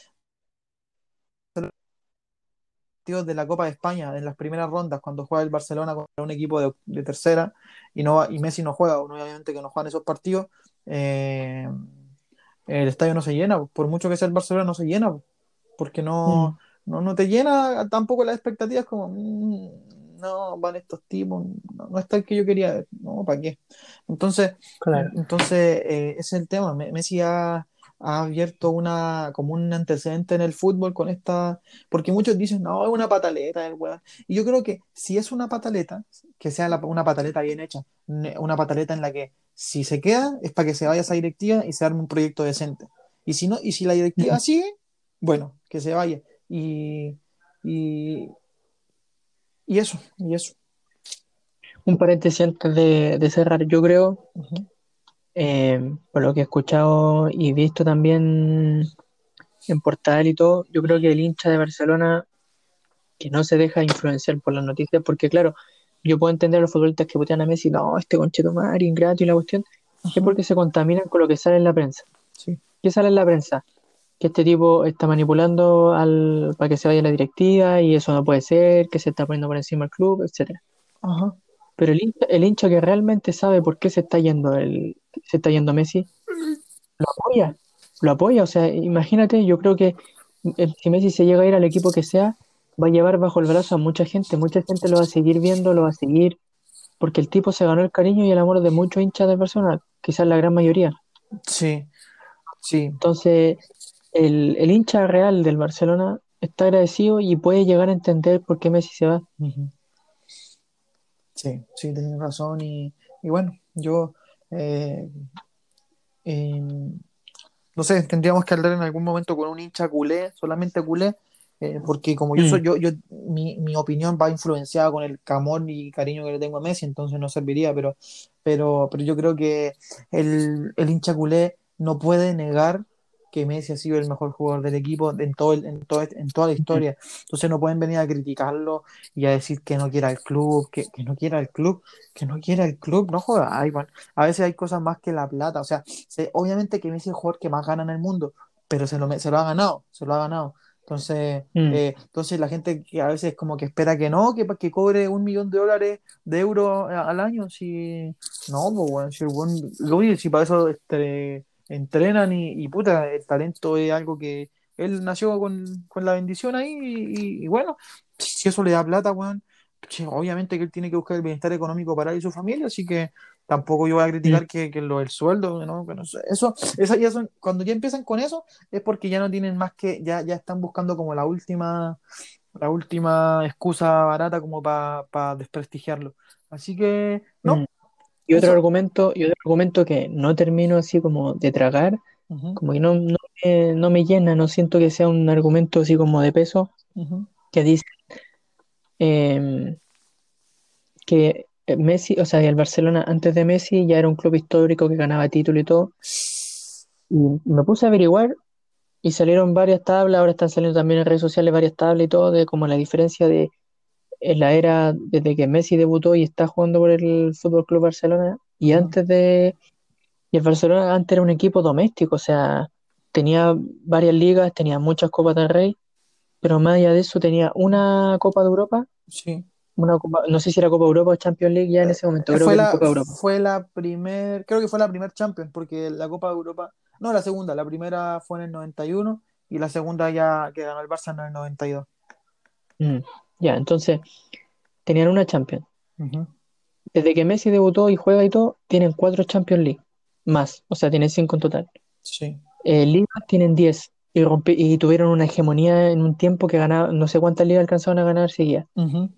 Speaker 1: partidos de la Copa de España en las primeras rondas cuando juega el Barcelona contra un equipo de, de tercera y no va- y Messi no juega, obviamente que no juegan esos partidos, eh, el estadio no se llena, por mucho que sea el Barcelona no se llena, porque
Speaker 2: mm,
Speaker 1: no, no, no te llena tampoco las expectativas como "Mm, no, van estos tipos, no, no está el que yo quería ver, no, ¿para qué? Entonces,
Speaker 2: claro.
Speaker 1: entonces eh, ese es el tema, Me- Messi ha, ha abierto una, como un antecedente en el fútbol con esta, porque muchos dicen, no, es una pataleta el weón. Y yo creo que si es una pataleta, que sea la- una pataleta bien hecha, ne- una pataleta en la que si se queda es para que se vaya esa directiva y se arme un proyecto decente. Y si no, y si la
Speaker 2: Mm.
Speaker 1: directiva sigue, bueno, que se vaya. Y, y, y eso, y eso.
Speaker 2: Un paréntesis antes de, de cerrar, yo creo,
Speaker 1: Ujú,
Speaker 2: eh, por lo que he escuchado y visto también en portal y todo, yo creo que el hincha de Barcelona que no se deja influenciar por las noticias, porque claro, yo puedo entender a los futbolistas que putean a Messi, no, este conchetumare, ingrato y la cuestión, es
Speaker 1: ujú,
Speaker 2: porque se contaminan con lo que sale en la prensa.
Speaker 1: sí,
Speaker 2: ¿Qué sale en la prensa? Que este tipo está manipulando al, para que se vaya la directiva y eso no puede ser, que se está poniendo por encima del club, etcétera.
Speaker 1: ajá,
Speaker 2: Pero el hincha, el hincha que realmente sabe por qué se está yendo el, se está yendo Messi, lo apoya, lo apoya. O sea, imagínate, yo creo que el- si Messi se llega a ir al equipo que sea, va a llevar bajo el brazo a mucha gente, mucha gente lo va a seguir viendo, lo va a seguir, porque el tipo se ganó el cariño y el amor de muchos hinchas del Barcelona, quizás la gran mayoría.
Speaker 1: sí, sí,
Speaker 2: Entonces, el, el hincha real del Barcelona está agradecido y puede llegar a entender por qué Messi se va.
Speaker 1: Ujú. Sí, sí, tienes razón. Y, y bueno, yo eh, eh, no sé, tendríamos que hablar en algún momento con un hincha culé, solamente culé, eh, porque como yo
Speaker 2: Mm,
Speaker 1: soy, yo, yo, mi, mi opinión va influenciada con el amor y cariño que le tengo a Messi, entonces no serviría, pero, pero, pero yo creo que el, el hincha culé no puede negar que Messi ha sido el mejor jugador del equipo en todo el- en todo, en toda la
Speaker 2: mm,
Speaker 1: historia. Entonces no pueden venir a criticarlo y a decir que no quiera el club, que, que no quiera el club, que no quiera el club, no joda, ay, bueno, a veces hay cosas más que la plata, o sea, se- obviamente que Messi es el jugador que más gana en el mundo, pero se lo, me- se lo ha ganado, se lo ha ganado. Entonces,
Speaker 2: mm,
Speaker 1: eh, entonces la gente que a veces como que espera que no, que, pa- que cobre un millón de dólares, de euros a- al año, si no, pues bueno, si, el buen- lo único- si para eso este, entrenan y, y puta, el talento es algo que él nació con, con la bendición ahí y, y- y bueno, si eso le da plata, weón, che, obviamente que él tiene que buscar el bienestar económico para él y su familia, así que tampoco yo voy a
Speaker 2: mm,
Speaker 1: criticar que, que lo del sueldo, ¿no? Que no sé. Eso, esa ya son, cuando ya empiezan con eso, es porque ya no tienen más que, ya, ya están buscando como la última, la última excusa barata como para desprestigiarlo. Así que,
Speaker 2: mm.
Speaker 1: no,
Speaker 2: Y otro
Speaker 1: eso.
Speaker 2: argumento, y otro argumento que no termino así como de tragar,
Speaker 1: Ujú,
Speaker 2: como que no, no me, no me llena, no siento que sea un argumento así como de peso,
Speaker 1: ujú,
Speaker 2: que dice em, que eh, Messi, o sea, que el Barcelona antes de Messi ya era un club histórico que ganaba título y todo. Y me puse a averiguar y salieron varias tablas, ahora están saliendo también en redes sociales varias tablas y todo, de como la diferencia de en la era desde que Messi debutó y está jugando por el Fútbol Club Barcelona y
Speaker 1: ujú,
Speaker 2: antes de. Y el Barcelona antes era un equipo doméstico, o sea, tenía varias ligas, tenía muchas Copas del Rey, pero más allá de eso tenía una Copa de Europa,
Speaker 1: sí.
Speaker 2: una Copa, no sé si era Copa Europa o Champions League ya en ese momento,
Speaker 1: Eh,
Speaker 2: creo
Speaker 1: fue
Speaker 2: que era
Speaker 1: la,
Speaker 2: Copa Europa.
Speaker 1: fue la primer, creo que fue la primer Champions, porque la Copa de Europa, no, la segunda, la primera fue en el noventa y uno y la segunda ya que ganó el Barça en el noventa y dos.
Speaker 2: Mm, Ya, entonces tenían una Champions.
Speaker 1: Ujú,
Speaker 2: Desde que Messi debutó y juega y todo, tienen cuatro Champions League más, o sea, tienen cinco en total.
Speaker 1: sí.
Speaker 2: Eh, ligas tienen diez y, rompe- y tuvieron una hegemonía en un tiempo que ganaban, no sé cuántas ligas alcanzaron a ganar seguidas.
Speaker 1: Ujú,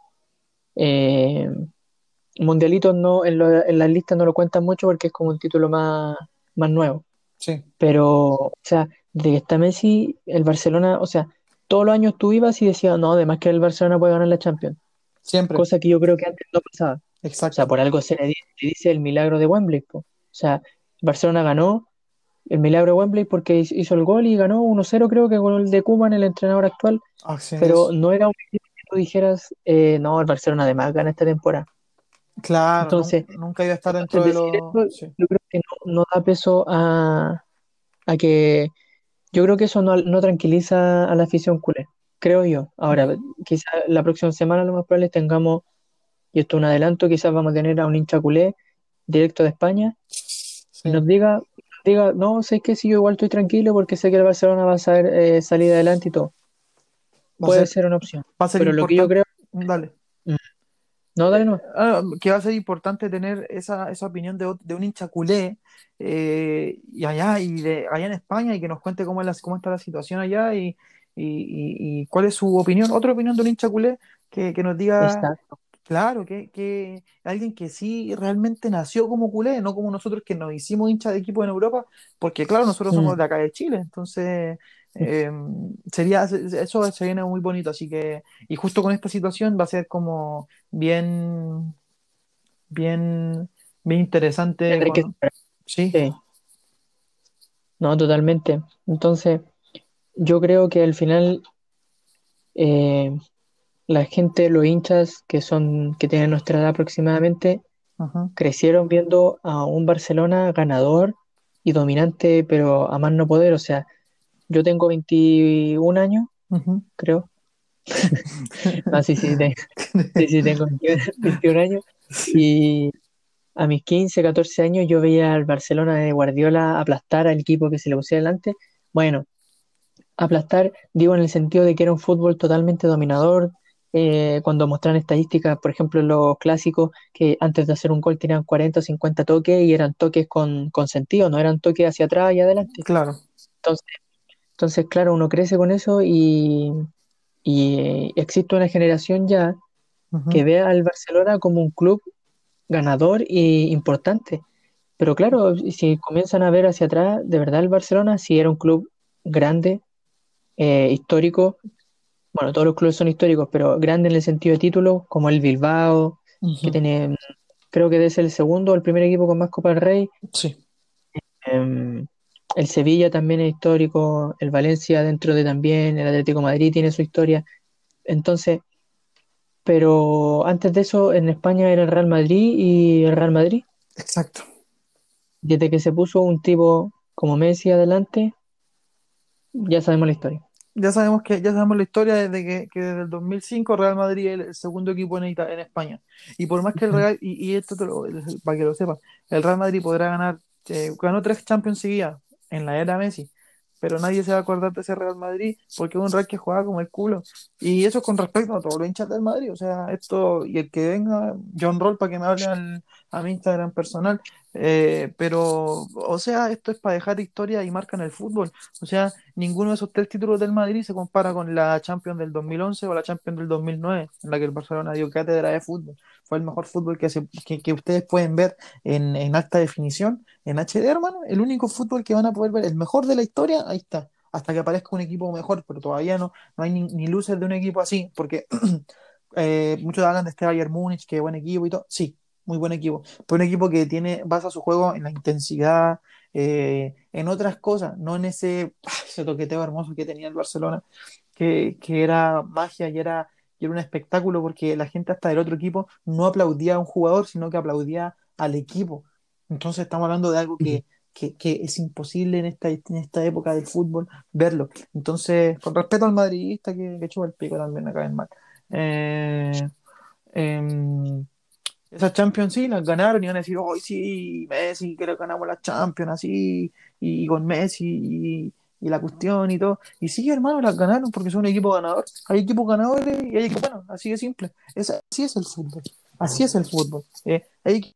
Speaker 2: Eh, Mundialitos no, en, lo- en las listas no lo cuentan mucho porque es como un título más, más nuevo.
Speaker 1: sí.
Speaker 2: Pero, o sea, desde que está Messi, el Barcelona, o sea, todos los años tú ibas y decías, no, además que el Barcelona puede ganar la Champions.
Speaker 1: Siempre.
Speaker 2: Cosa que yo creo que antes no pasaba. O sea,
Speaker 1: Exacto.
Speaker 2: por algo se le, di- le dice el milagro de Wembley, po. O sea, Barcelona ganó el milagro de Wembley porque hizo hizo el gol y ganó uno cero creo que con el de Koeman, el entrenador actual,
Speaker 1: Así
Speaker 2: pero
Speaker 1: es.
Speaker 2: no era un equipo que tú dijeras, eh, no, el Barcelona además gana esta temporada.
Speaker 1: Claro, nun-
Speaker 2: Entonces,
Speaker 1: nunca iba a estar
Speaker 2: entonces
Speaker 1: dentro de
Speaker 2: decir
Speaker 1: los...
Speaker 2: esto,
Speaker 1: Sí.
Speaker 2: yo creo que no, no da peso a, a que, yo creo que eso no, no tranquiliza a la afición culé, creo yo.
Speaker 1: Mm,
Speaker 2: Ahora, quizás la próxima semana lo más probable es tengamos, y esto es un adelanto, quizás vamos a tener a un hincha culé directo de España y
Speaker 1: sí.
Speaker 2: nos diga, diga, no, sé que si yo igual estoy tranquilo porque sé que el Barcelona va a saber eh, salir adelante y todo.
Speaker 1: Va a
Speaker 2: Puede
Speaker 1: ser,
Speaker 2: ser una opción.
Speaker 1: va a ser
Speaker 2: Pero lo que yo
Speaker 1: importante.
Speaker 2: creo,
Speaker 1: Dale.
Speaker 2: mm, no,
Speaker 1: Eh,
Speaker 2: dale no.
Speaker 1: ah, que va a ser importante tener esa, esa opinión de, ot- de un hincha culé eh, y allá y de allá en España y que nos cuente cómo es la, cómo está la situación allá y, y, y- y cuál es su opinión, otra opinión de un hincha culé que, que nos diga,
Speaker 2: Exacto.
Speaker 1: claro, que, que alguien que sí realmente nació como culé, no como nosotros que nos hicimos hinchas de equipo en Europa, porque claro, nosotros somos
Speaker 2: Mm,
Speaker 1: de acá de Chile, entonces
Speaker 2: mm.
Speaker 1: eh, sería, eso se viene muy bonito, así que, y justo con esta situación va a ser como bien, bien, bien interesante con,
Speaker 2: Enriquecedora.
Speaker 1: sí,
Speaker 2: Sí, no, totalmente. Entonces, yo creo que al final eh, la gente, los hinchas que son, que tienen nuestra edad aproximadamente,
Speaker 1: ajá,
Speaker 2: crecieron viendo a un Barcelona ganador y dominante, pero a más no poder. O sea, yo tengo veintiún años,
Speaker 1: ujú.
Speaker 2: creo. Ah, sí, sí, te- sí, sí, tengo veintiún años.
Speaker 1: Sí,
Speaker 2: Y a mis quince catorce años yo veía al Barcelona de Guardiola aplastar al equipo que se le pusiera delante. Bueno, aplastar, digo en el sentido de que era un fútbol totalmente dominador. Eh, cuando mostraban estadísticas, por ejemplo, en los clásicos, que antes de hacer un gol tenían cuarenta o cincuenta toques y eran toques con, con sentido, no eran toques hacia atrás y adelante.
Speaker 1: claro,
Speaker 2: Entonces, Entonces, claro, uno crece con eso y, y eh, existe una generación ya que
Speaker 1: Ujú,
Speaker 2: ve al Barcelona como un club ganador e importante. Pero claro, si comienzan a ver hacia atrás, de verdad el Barcelona sí era un club grande, eh, histórico. Bueno, todos los clubes son históricos, pero grande en el sentido de títulos, como el Bilbao, que
Speaker 1: ujú.
Speaker 2: tiene, creo que es el segundo o el primer equipo con más Copa del Rey.
Speaker 1: Sí,
Speaker 2: Em, el Sevilla también es histórico, el Valencia dentro de también, el Atlético de Madrid tiene su historia. Entonces, pero antes de eso en España era el Real Madrid y el Real Madrid.
Speaker 1: exacto.
Speaker 2: Desde que se puso un tipo como Messi adelante, ya sabemos la historia.
Speaker 1: Ya sabemos que, ya sabemos la historia desde que, que desde el dos mil cinco Real Madrid es el segundo equipo en, Ita- en España. Y por más que el
Speaker 2: Ujú.
Speaker 1: Real, y, y esto te lo- para que lo sepas, el Real Madrid podrá ganar, eh, ganó tres Champions seguidas en la era Messi, pero nadie se va a acordar de ese Real Madrid porque es un Real que jugaba como el culo. Y eso con respecto a todos los hinchas del Madrid. O sea, esto, y el que venga, John Roll, para que me hable al- a mi Instagram personal. Eh, pero, o sea, esto es para dejar historia y marca en el fútbol. O sea, ninguno de esos tres títulos del Madrid se compara con la Champions del dos mil once o la Champions del dos mil nueve, en la que el Barcelona dio cátedra de fútbol. Fue el mejor fútbol que, se, que, que ustedes pueden ver en, en alta definición, en H D, hermano. El único fútbol que van a poder ver, el mejor de la historia, ahí está. Hasta que aparezca un equipo mejor, pero todavía no, no hay ni, ni luces de un equipo así, porque eh, muchos hablan de este Bayern Múnich, que buen equipo y todo. Sí, muy buen equipo. Pero un equipo que tiene, basa su juego en la intensidad, eh, en otras cosas, no en ese, ese toqueteo hermoso que tenía el Barcelona, que, que era magia y era, y era un espectáculo porque la gente hasta del otro equipo no aplaudía a un jugador, sino que aplaudía al equipo. Entonces estamos hablando de algo
Speaker 2: Ujú.
Speaker 1: que, que, que es imposible en esta, en esta época del fútbol verlo. Entonces, con respeto al madridista que, que chupa el pico también me caen mal. Eh, em, esas Champions sí las ganaron y van a decir, hoy sí, Messi, que le ganamos las Champions así, y, con Messi y, y la cuestión y todo. Y sí, hermano, las ganaron porque son un equipo ganador. Hay equipos ganadores y hay equipos, bueno, así de simple. Es, así es el fútbol. Así es el fútbol. Eh, hay,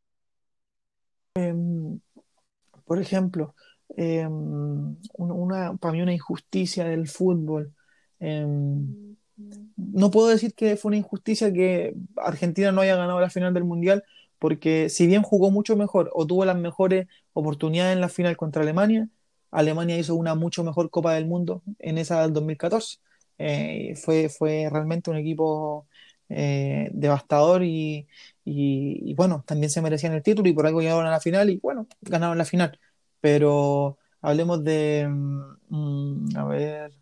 Speaker 1: em, por ejemplo, em, un- una, para mí una injusticia del fútbol. em, no puedo decir que fue una injusticia que Argentina no haya ganado la final del Mundial, porque si bien jugó mucho mejor o tuvo las mejores oportunidades en la final contra Alemania, Alemania hizo una mucho mejor Copa del Mundo en esa del dos mil catorce. Eh, fue, fue realmente un equipo eh, devastador y, y- y bueno, también se merecían el título y por algo llegaron a la final y bueno, ganaron la final. Pero hablemos de, mm, a ver,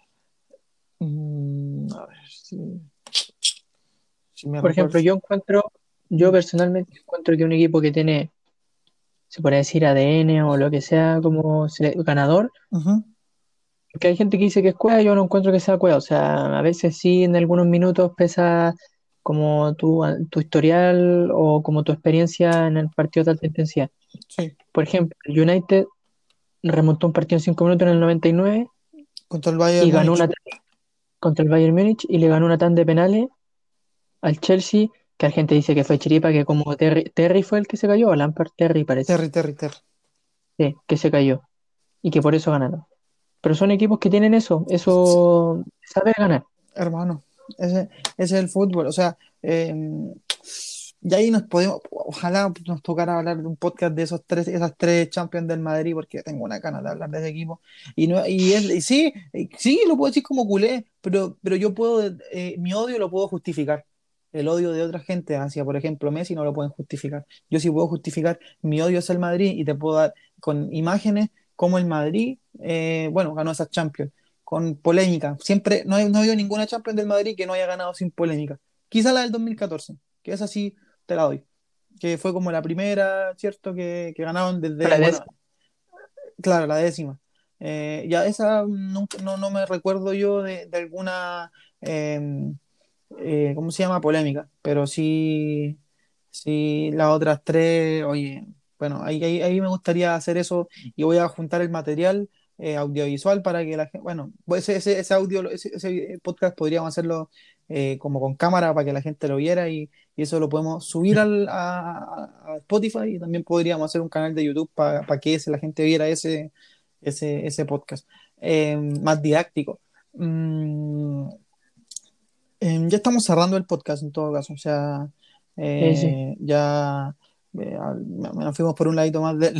Speaker 1: mm, a ver si, si me
Speaker 2: Por
Speaker 1: recuerdo.
Speaker 2: ejemplo, yo encuentro, yo
Speaker 1: Mm,
Speaker 2: personalmente encuentro que un equipo que tiene, se podría decir A D N o lo que sea como sele- ganador,
Speaker 1: ujú,
Speaker 2: porque hay gente que dice que es cueva, yo no encuentro que sea cueva, o sea, a veces sí en algunos minutos pesa como tu, tu historial o como tu experiencia en el partido de alta intensidad.
Speaker 1: sí,
Speaker 2: Por ejemplo, el United remontó un partido en cinco minutos en el noventa y nueve y nueve
Speaker 1: contra el Bayern
Speaker 2: y ganó
Speaker 1: Múnich.
Speaker 2: una contra el Bayern Múnich y le ganó una tanda de penales al Chelsea, que la gente dice que fue chiripa, que como Terry, Terry fue el que se cayó, o Lampard Terry parece,
Speaker 1: Terry, Terry, Terry.
Speaker 2: sí, que se cayó y que por eso ganaron. Pero son equipos que tienen eso, eso sabe ganar.
Speaker 1: Hermano, ese, ese es el fútbol. O sea, eh, y ahí nos podemos, ojalá nos tocara hablar de un podcast de esos tres, esas tres Champions del Madrid, porque tengo una ganas de hablar de ese equipo. Y no, y es, y sí, y sí, lo puedo decir como culé, pero, pero yo puedo, eh, mi odio lo puedo justificar. El odio de otra gente hacia, por ejemplo, Messi no lo pueden justificar. Yo sí puedo justificar mi odio hacia el Madrid y te puedo dar con imágenes como el Madrid, eh, bueno, ganó esas Champions con polémica. Siempre, no, hay, no ha habido ninguna Champions del Madrid que no haya ganado sin polémica. Quizá la del dos mil catorce, que esa sí te la doy. Que fue como la primera, ¿cierto? Que, que ganaron desde,
Speaker 2: La de
Speaker 1: bueno, claro, la décima. Eh, ya esa nunca- no, no me recuerdo yo de, de alguna, eh, eh, ¿cómo se llama? Polémica, pero sí, sí, las otras tres, oye, bueno, ahí, ahí, ahí me gustaría hacer eso y voy a juntar el material eh, audiovisual para que la gente, bueno, pues ese, ese, ese audio, ese, ese podcast podríamos hacerlo eh, como con cámara para que la gente lo viera y, y eso lo podemos subir al, a, a- a Spotify y también podríamos hacer un canal de YouTube para que ese- la gente viera ese, ese, ese podcast. eh, más didáctico. Mm, eh, ya estamos cerrando el podcast en todo caso, o sea,
Speaker 2: Sí, sí.
Speaker 1: eh, ya eh, al- me- nos fuimos por un ladito más del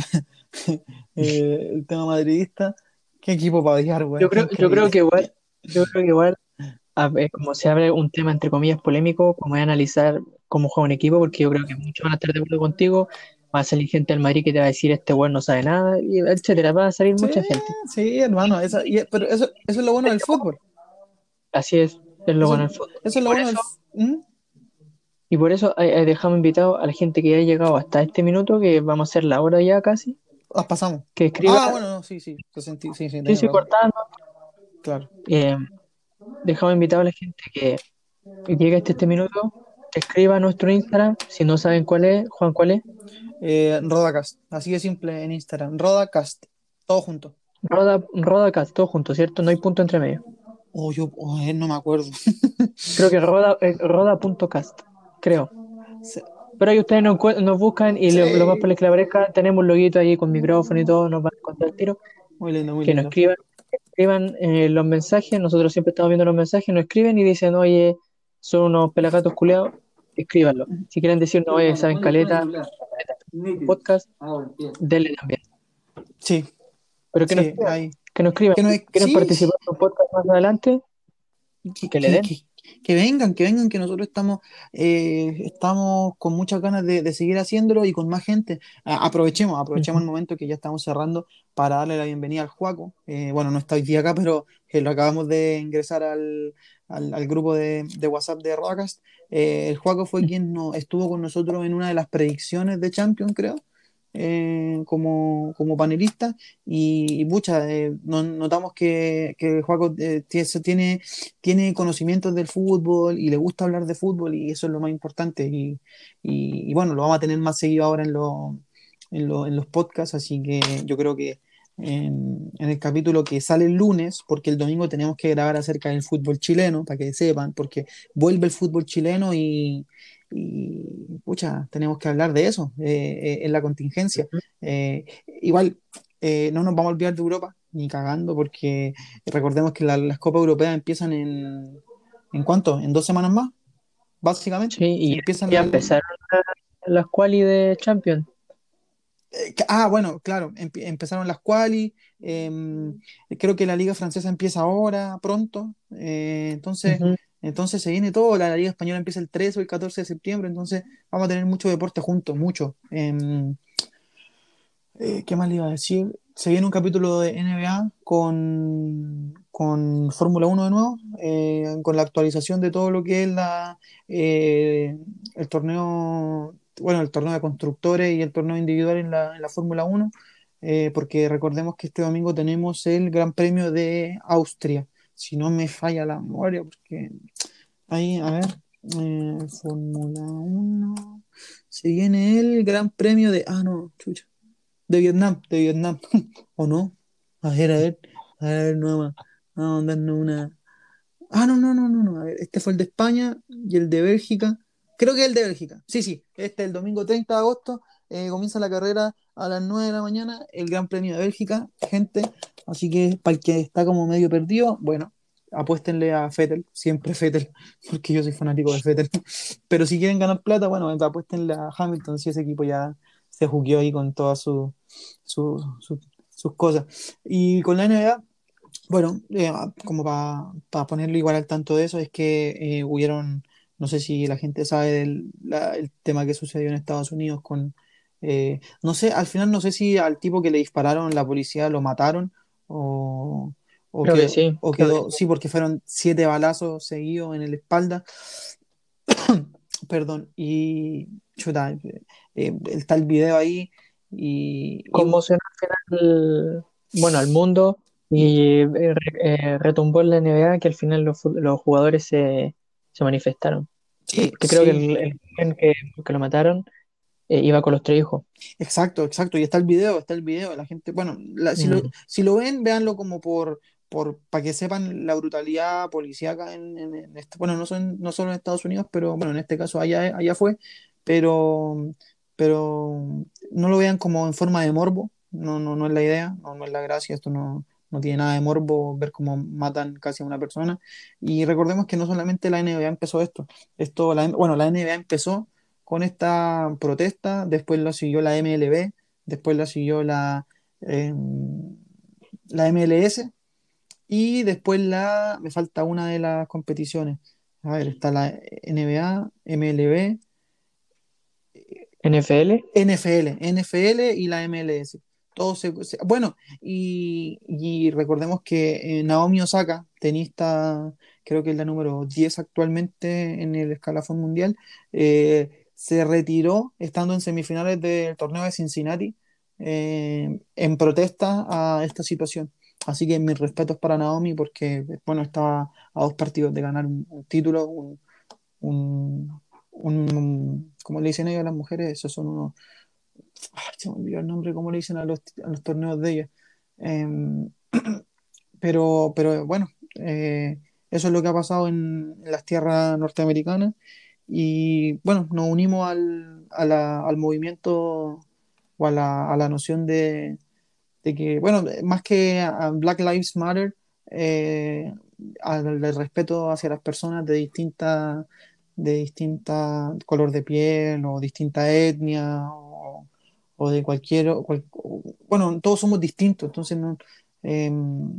Speaker 1: eh, el tema madridista. Qué equipo para odiar,
Speaker 2: Yo
Speaker 1: weón, qué
Speaker 2: creo, yo creo
Speaker 1: increíble.
Speaker 2: que igual, yo creo que igual, a ver, como se abre un tema entre comillas polémico, como voy a analizar cómo juega un equipo, porque yo creo que muchos van a estar de acuerdo contigo, va a salir gente del Madrid que te va a decir este weón no sabe nada, y etcétera, va a salir
Speaker 1: Sí,
Speaker 2: mucha gente.
Speaker 1: sí, hermano, esa- y- pero eso, eso es lo bueno del fútbol.
Speaker 2: Así es, es lo
Speaker 1: Eso,
Speaker 2: bueno del fútbol.
Speaker 1: eso
Speaker 2: Y
Speaker 1: es lo
Speaker 2: por
Speaker 1: bueno del
Speaker 2: eso,
Speaker 1: f- ¿Mm?
Speaker 2: y por eso eh, eh, dejamos invitado a la gente que ya ha llegado hasta este minuto, que vamos a hacer la hora ya casi,
Speaker 1: Las pasamos.
Speaker 2: que escriba,
Speaker 1: Ah, bueno, no, sí, sí, sí, sí, sí, sí,
Speaker 2: sí,
Speaker 1: tenés
Speaker 2: sí,
Speaker 1: razón.
Speaker 2: cortando.
Speaker 1: Claro.
Speaker 2: Eh, dejamos invitado a la gente que llegue hasta este minuto, que escriba a nuestro Instagram, si no saben cuál es, Juan, ¿cuál es?
Speaker 1: Eh, Rodacast, así de simple en Instagram. Rodacast, todo junto.
Speaker 2: Roda, Rodacast, todo junto, ¿cierto? No hay punto entre medio.
Speaker 1: Oh, yo, oh, eh, no me acuerdo.
Speaker 2: Creo que roda, eh, roda.cast, creo.
Speaker 1: Sí,
Speaker 2: Pero ahí ustedes nos, encuent- nos buscan y lo, lo más
Speaker 1: sí,
Speaker 2: probable es que le aparezca. Tenemos un loguito ahí con micrófono y todo, nos van a encontrar el tiro.
Speaker 1: muy lindo, muy
Speaker 2: Que nos
Speaker 1: lindo.
Speaker 2: escriban, escriban eh, los mensajes. Nosotros siempre estamos viendo los mensajes, nos escriben y dicen, oye, son unos pelagatos culeados, escríbanlo. Si quieren decirnos, oye, saben caleta, podcast, denle también.
Speaker 1: Sí,
Speaker 2: Pero que nos
Speaker 1: sí,
Speaker 2: escriban,
Speaker 1: ahí.
Speaker 2: que nos escriban.
Speaker 1: Que no
Speaker 2: Si
Speaker 1: es,
Speaker 2: quieren
Speaker 1: sí,
Speaker 2: participar en un podcast más adelante,
Speaker 1: que,
Speaker 2: que le
Speaker 1: que,
Speaker 2: den.
Speaker 1: que- que vengan, que vengan, que nosotros estamos, eh, estamos con muchas ganas de, de seguir haciéndolo y con más gente. A- aprovechemos, aprovechemos
Speaker 2: Ujú.
Speaker 1: el momento que ya estamos cerrando para darle la bienvenida al Juaco. Eh, bueno, no está hoy día acá, pero eh, lo acabamos de ingresar al, al, al grupo de, de WhatsApp de Rodacast. Eh, el Juaco fue quien no, estuvo con nosotros en una de las predicciones de Champions, creo. eh, como, como panelista y, y pucha, eh, no- notamos que, que Juaco eh, tiene, tiene conocimientos del fútbol y le gusta hablar de fútbol y eso es lo más importante y, y- y bueno, lo vamos a tener más seguido ahora en, lo- en, lo- en los podcasts, así que yo creo que en, en el capítulo que sale el lunes, porque el domingo tenemos que grabar acerca del fútbol chileno, para que sepan, porque vuelve el fútbol chileno y, y pucha, tenemos que hablar de eso eh, eh, en la contingencia. Eh, igual, eh, no nos vamos a olvidar de Europa, ni cagando, porque recordemos que la- las Copas Europeas empiezan en, ¿en cuánto? ¿En dos semanas más?
Speaker 2: Sí,
Speaker 1: Básicamente.
Speaker 2: y
Speaker 1: Empiezan
Speaker 2: ya
Speaker 1: las...
Speaker 2: empezaron las quali de Champions.
Speaker 1: eh, ah, bueno, claro, empe- empezaron las quali. em, creo que la Liga Francesa empieza ahora, pronto. eh, entonces,
Speaker 2: Ujú.
Speaker 1: entonces se viene todo. La, la Liga Española empieza el trece o el catorce de septiembre. Entonces vamos a tener mucho deporte juntos, mucho. Em, Eh, ¿qué más le iba a decir? Se viene un capítulo de N B A con, con Fórmula Uno de nuevo, eh, con la actualización de todo lo que es la, eh, el torneo, bueno, el torneo de constructores y el torneo individual en la, en la Fórmula Uno, eh, porque recordemos que este domingo tenemos el Gran Premio de Austria, si no me falla la memoria, porque ahí, a ver, eh, Fórmula Uno, se viene el Gran Premio de, ah, no, chucha. De Vietnam, de Vietnam. ¿O no? A ver, a ver, a ver, no vamos a mandarnos una. Ah, no, no, no, no, no. A ver, este fue el de España y el de Bélgica. Creo que el de Bélgica. Sí, sí. Este el domingo treinta de agosto. eh, comienza la carrera a las nueve de la mañana. El Gran Premio de Bélgica, gente. Así que para el que está como medio perdido, bueno, apuéstenle a Vettel. Siempre Vettel, porque yo soy fanático de Vettel. Pero si quieren ganar plata, bueno, apuéstenle a Hamilton, si ese equipo ya se jugueó ahí con todas su, su- su- sus cosas. Y con la N B A. Bueno, eh, como para ponerlo igual al tanto de eso, es que eh, hubieron, no sé si la gente sabe del la- el tema que sucedió en Estados Unidos con, eh, no sé, al final no sé si al tipo que le dispararon la policía lo mataron o, o,
Speaker 2: Creo que
Speaker 1: quedó,
Speaker 2: sí,
Speaker 1: o
Speaker 2: creo que
Speaker 1: quedó, sí, porque fueron siete balazos seguidos en la espalda, perdón, y chuta, eh, eh, está el video ahí y, y,
Speaker 2: conmocionó al final, bueno, al mundo
Speaker 1: y-
Speaker 2: y eh, re- eh, retumbó en la N B A que al final los, fu- los jugadores se, se manifestaron.
Speaker 1: sí,
Speaker 2: Porque creo que
Speaker 1: sí.
Speaker 2: el, el joven que, que lo mataron eh, iba con los tres hijos.
Speaker 1: Exacto, exacto. Y está el video, está el video. La gente, bueno, la- si lo,
Speaker 2: Mm,
Speaker 1: si lo ven, véanlo como por, por, para que sepan la brutalidad policíaca en, en- en este, bueno, no son, no solo en Estados Unidos, pero bueno, en este caso allá, allá fue, pero, pero no lo vean como en forma de morbo. No, no, no es la idea, no, no es la gracia, esto no, no tiene nada de morbo ver cómo matan casi a una persona. Y recordemos que no solamente la N B A empezó esto, esto la, bueno, la N B A empezó con esta protesta, después lo siguió la M L B, después la siguió la, eh, la M L S y después la, me falta una de las competiciones. A ver, está la N B A, M L B,
Speaker 2: N F L.
Speaker 1: N F L, N F L y la M L S. Todos se, se- bueno, y, y recordemos que eh, Naomi Osaka, tenista, creo que es la número diez actualmente en el escalafón mundial, eh, se retiró estando en semifinales del torneo de Cincinnati eh, en protesta a esta situación. Así que mis respetos para Naomi porque, bueno, estaba a dos partidos de ganar un, un título, un, un, un, como le dicen ellos a las mujeres, esos son unos, ay, se me olvidó el nombre, como le dicen a los, a los torneos de ellas. Eh, pero, pero bueno, eh, eso es lo que ha pasado en, en las tierras norteamericanas y bueno, nos unimos al, a la- al movimiento o a la, a la noción de, de que, bueno, más que a Black Lives Matter, eh, al, al respeto hacia las personas de distinta, de distinta color de piel o distinta etnia o, o de cualquier, o cual- o- bueno, todos somos distintos, entonces no, eh,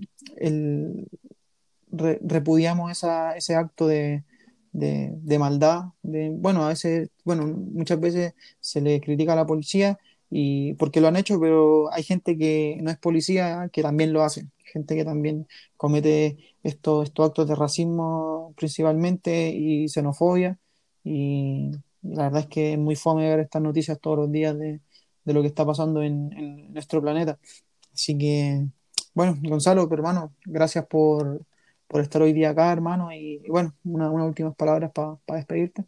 Speaker 1: el, re- repudiamos esa, ese acto de, de, de maldad. De, bueno, a veces, bueno, muchas veces se le critica a la policía y porque lo han hecho, pero hay gente que no es policía que también lo hace, gente que también comete estos, estos actos de racismo principalmente y xenofobia. Y, y la verdad es que es muy fome ver estas noticias todos los días de, de lo que está pasando en, en nuestro planeta. Así que, bueno, Gonzalo, hermano, gracias por, por estar hoy día acá, hermano. Y, y bueno, una- unas últimas palabras para despedirte.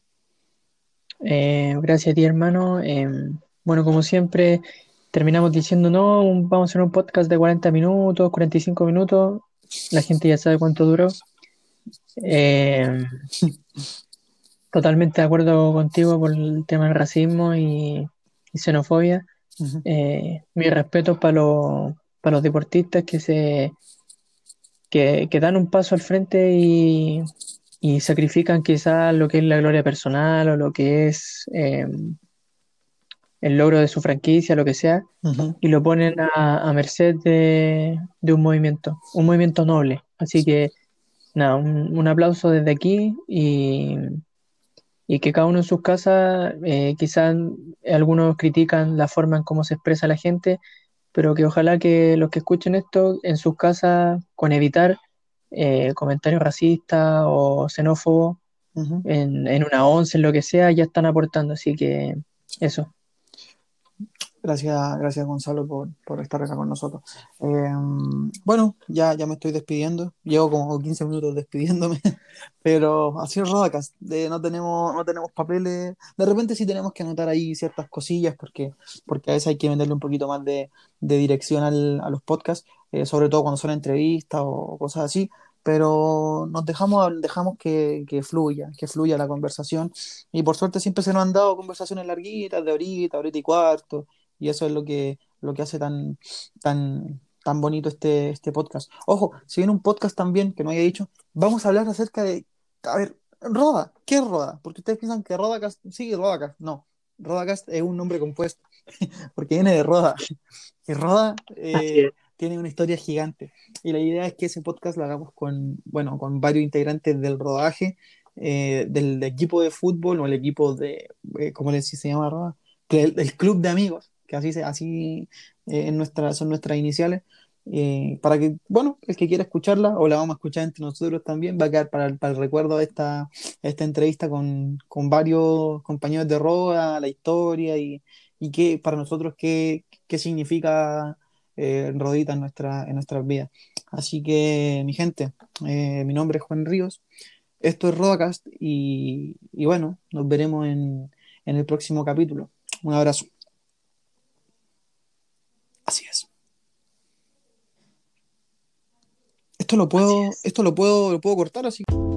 Speaker 2: Eh, gracias a ti, hermano. Eh, bueno, como siempre, terminamos diciendo, no, un- vamos a hacer un podcast de cuarenta minutos, cuarenta y cinco minutos. La gente ya sabe cuánto duró. Eh, Totalmente de acuerdo contigo por el tema del racismo y, y xenofobia.
Speaker 1: Ujú,
Speaker 2: Eh, mi respeto para los, para los deportistas que se que, que dan un paso al frente y, y sacrifican quizás lo que es la gloria personal o lo que es eh, el logro de su franquicia, lo que sea,
Speaker 1: ujú.
Speaker 2: y lo ponen a, a merced de, de un movimiento, un movimiento noble. Así que nada, un, un aplauso desde aquí y, y que cada uno en sus casas, eh, quizás algunos critican la forma en cómo se expresa la gente, pero que ojalá que los que escuchen esto en sus casas, con evitar eh, comentarios racistas o xenófobos
Speaker 1: Ujú.
Speaker 2: en, en una once, en lo que sea, ya están aportando. Así que eso.
Speaker 1: Gracias, gracias Gonzalo por, por estar acá con nosotros. Eh, bueno, ya, ya me estoy despidiendo. Llevo como quince minutos despidiéndome, pero así es Rodacast. De, no tenemos, no tenemos papeles. De repente sí tenemos que anotar ahí ciertas cosillas porque, porque a veces hay que venderle un poquito más de, de dirección al- a los podcasts, eh, sobre todo cuando son entrevistas o cosas así. Pero nos dejamos, dejamos que, que fluya, que fluya la conversación. Y por suerte siempre se nos han dado conversaciones larguitas, de ahorita, ahorita y cuarto y eso es lo que, lo que hace tan, tan, tan bonito este, este podcast. Ojo, si viene un podcast también, que no había dicho, vamos a hablar acerca de, a ver, Roda, ¿qué es Roda? Porque ustedes piensan que Rodacast, sí, Rodacast, no, Rodacast es un nombre compuesto, porque viene de Roda, y Roda
Speaker 2: Así
Speaker 1: eh,
Speaker 2: es.
Speaker 1: tiene una historia gigante, y la idea es que ese podcast lo hagamos con, bueno, con varios integrantes del rodaje, eh, del, equipo de fútbol o el equipo de, eh, ¿cómo le se llama Roda? Que el, el club de amigos, que así, se, así eh, en nuestra, son nuestras iniciales, eh, para que, bueno, el que quiera escucharla, o la vamos a escuchar entre nosotros también, va a quedar para el, para el recuerdo de esta, esta entrevista con, con varios compañeros de Roda, la historia y, y qué, para nosotros qué, qué significa eh, Rodita en, nuestra, en nuestras vidas. Así que, mi gente, eh, mi nombre es Juan Ríos, esto es Rodacast y, y bueno, nos veremos en, en el próximo capítulo. Un abrazo. Así es. Esto lo
Speaker 2: Así
Speaker 1: puedo,
Speaker 2: es.
Speaker 1: esto lo puedo, lo puedo cortar así.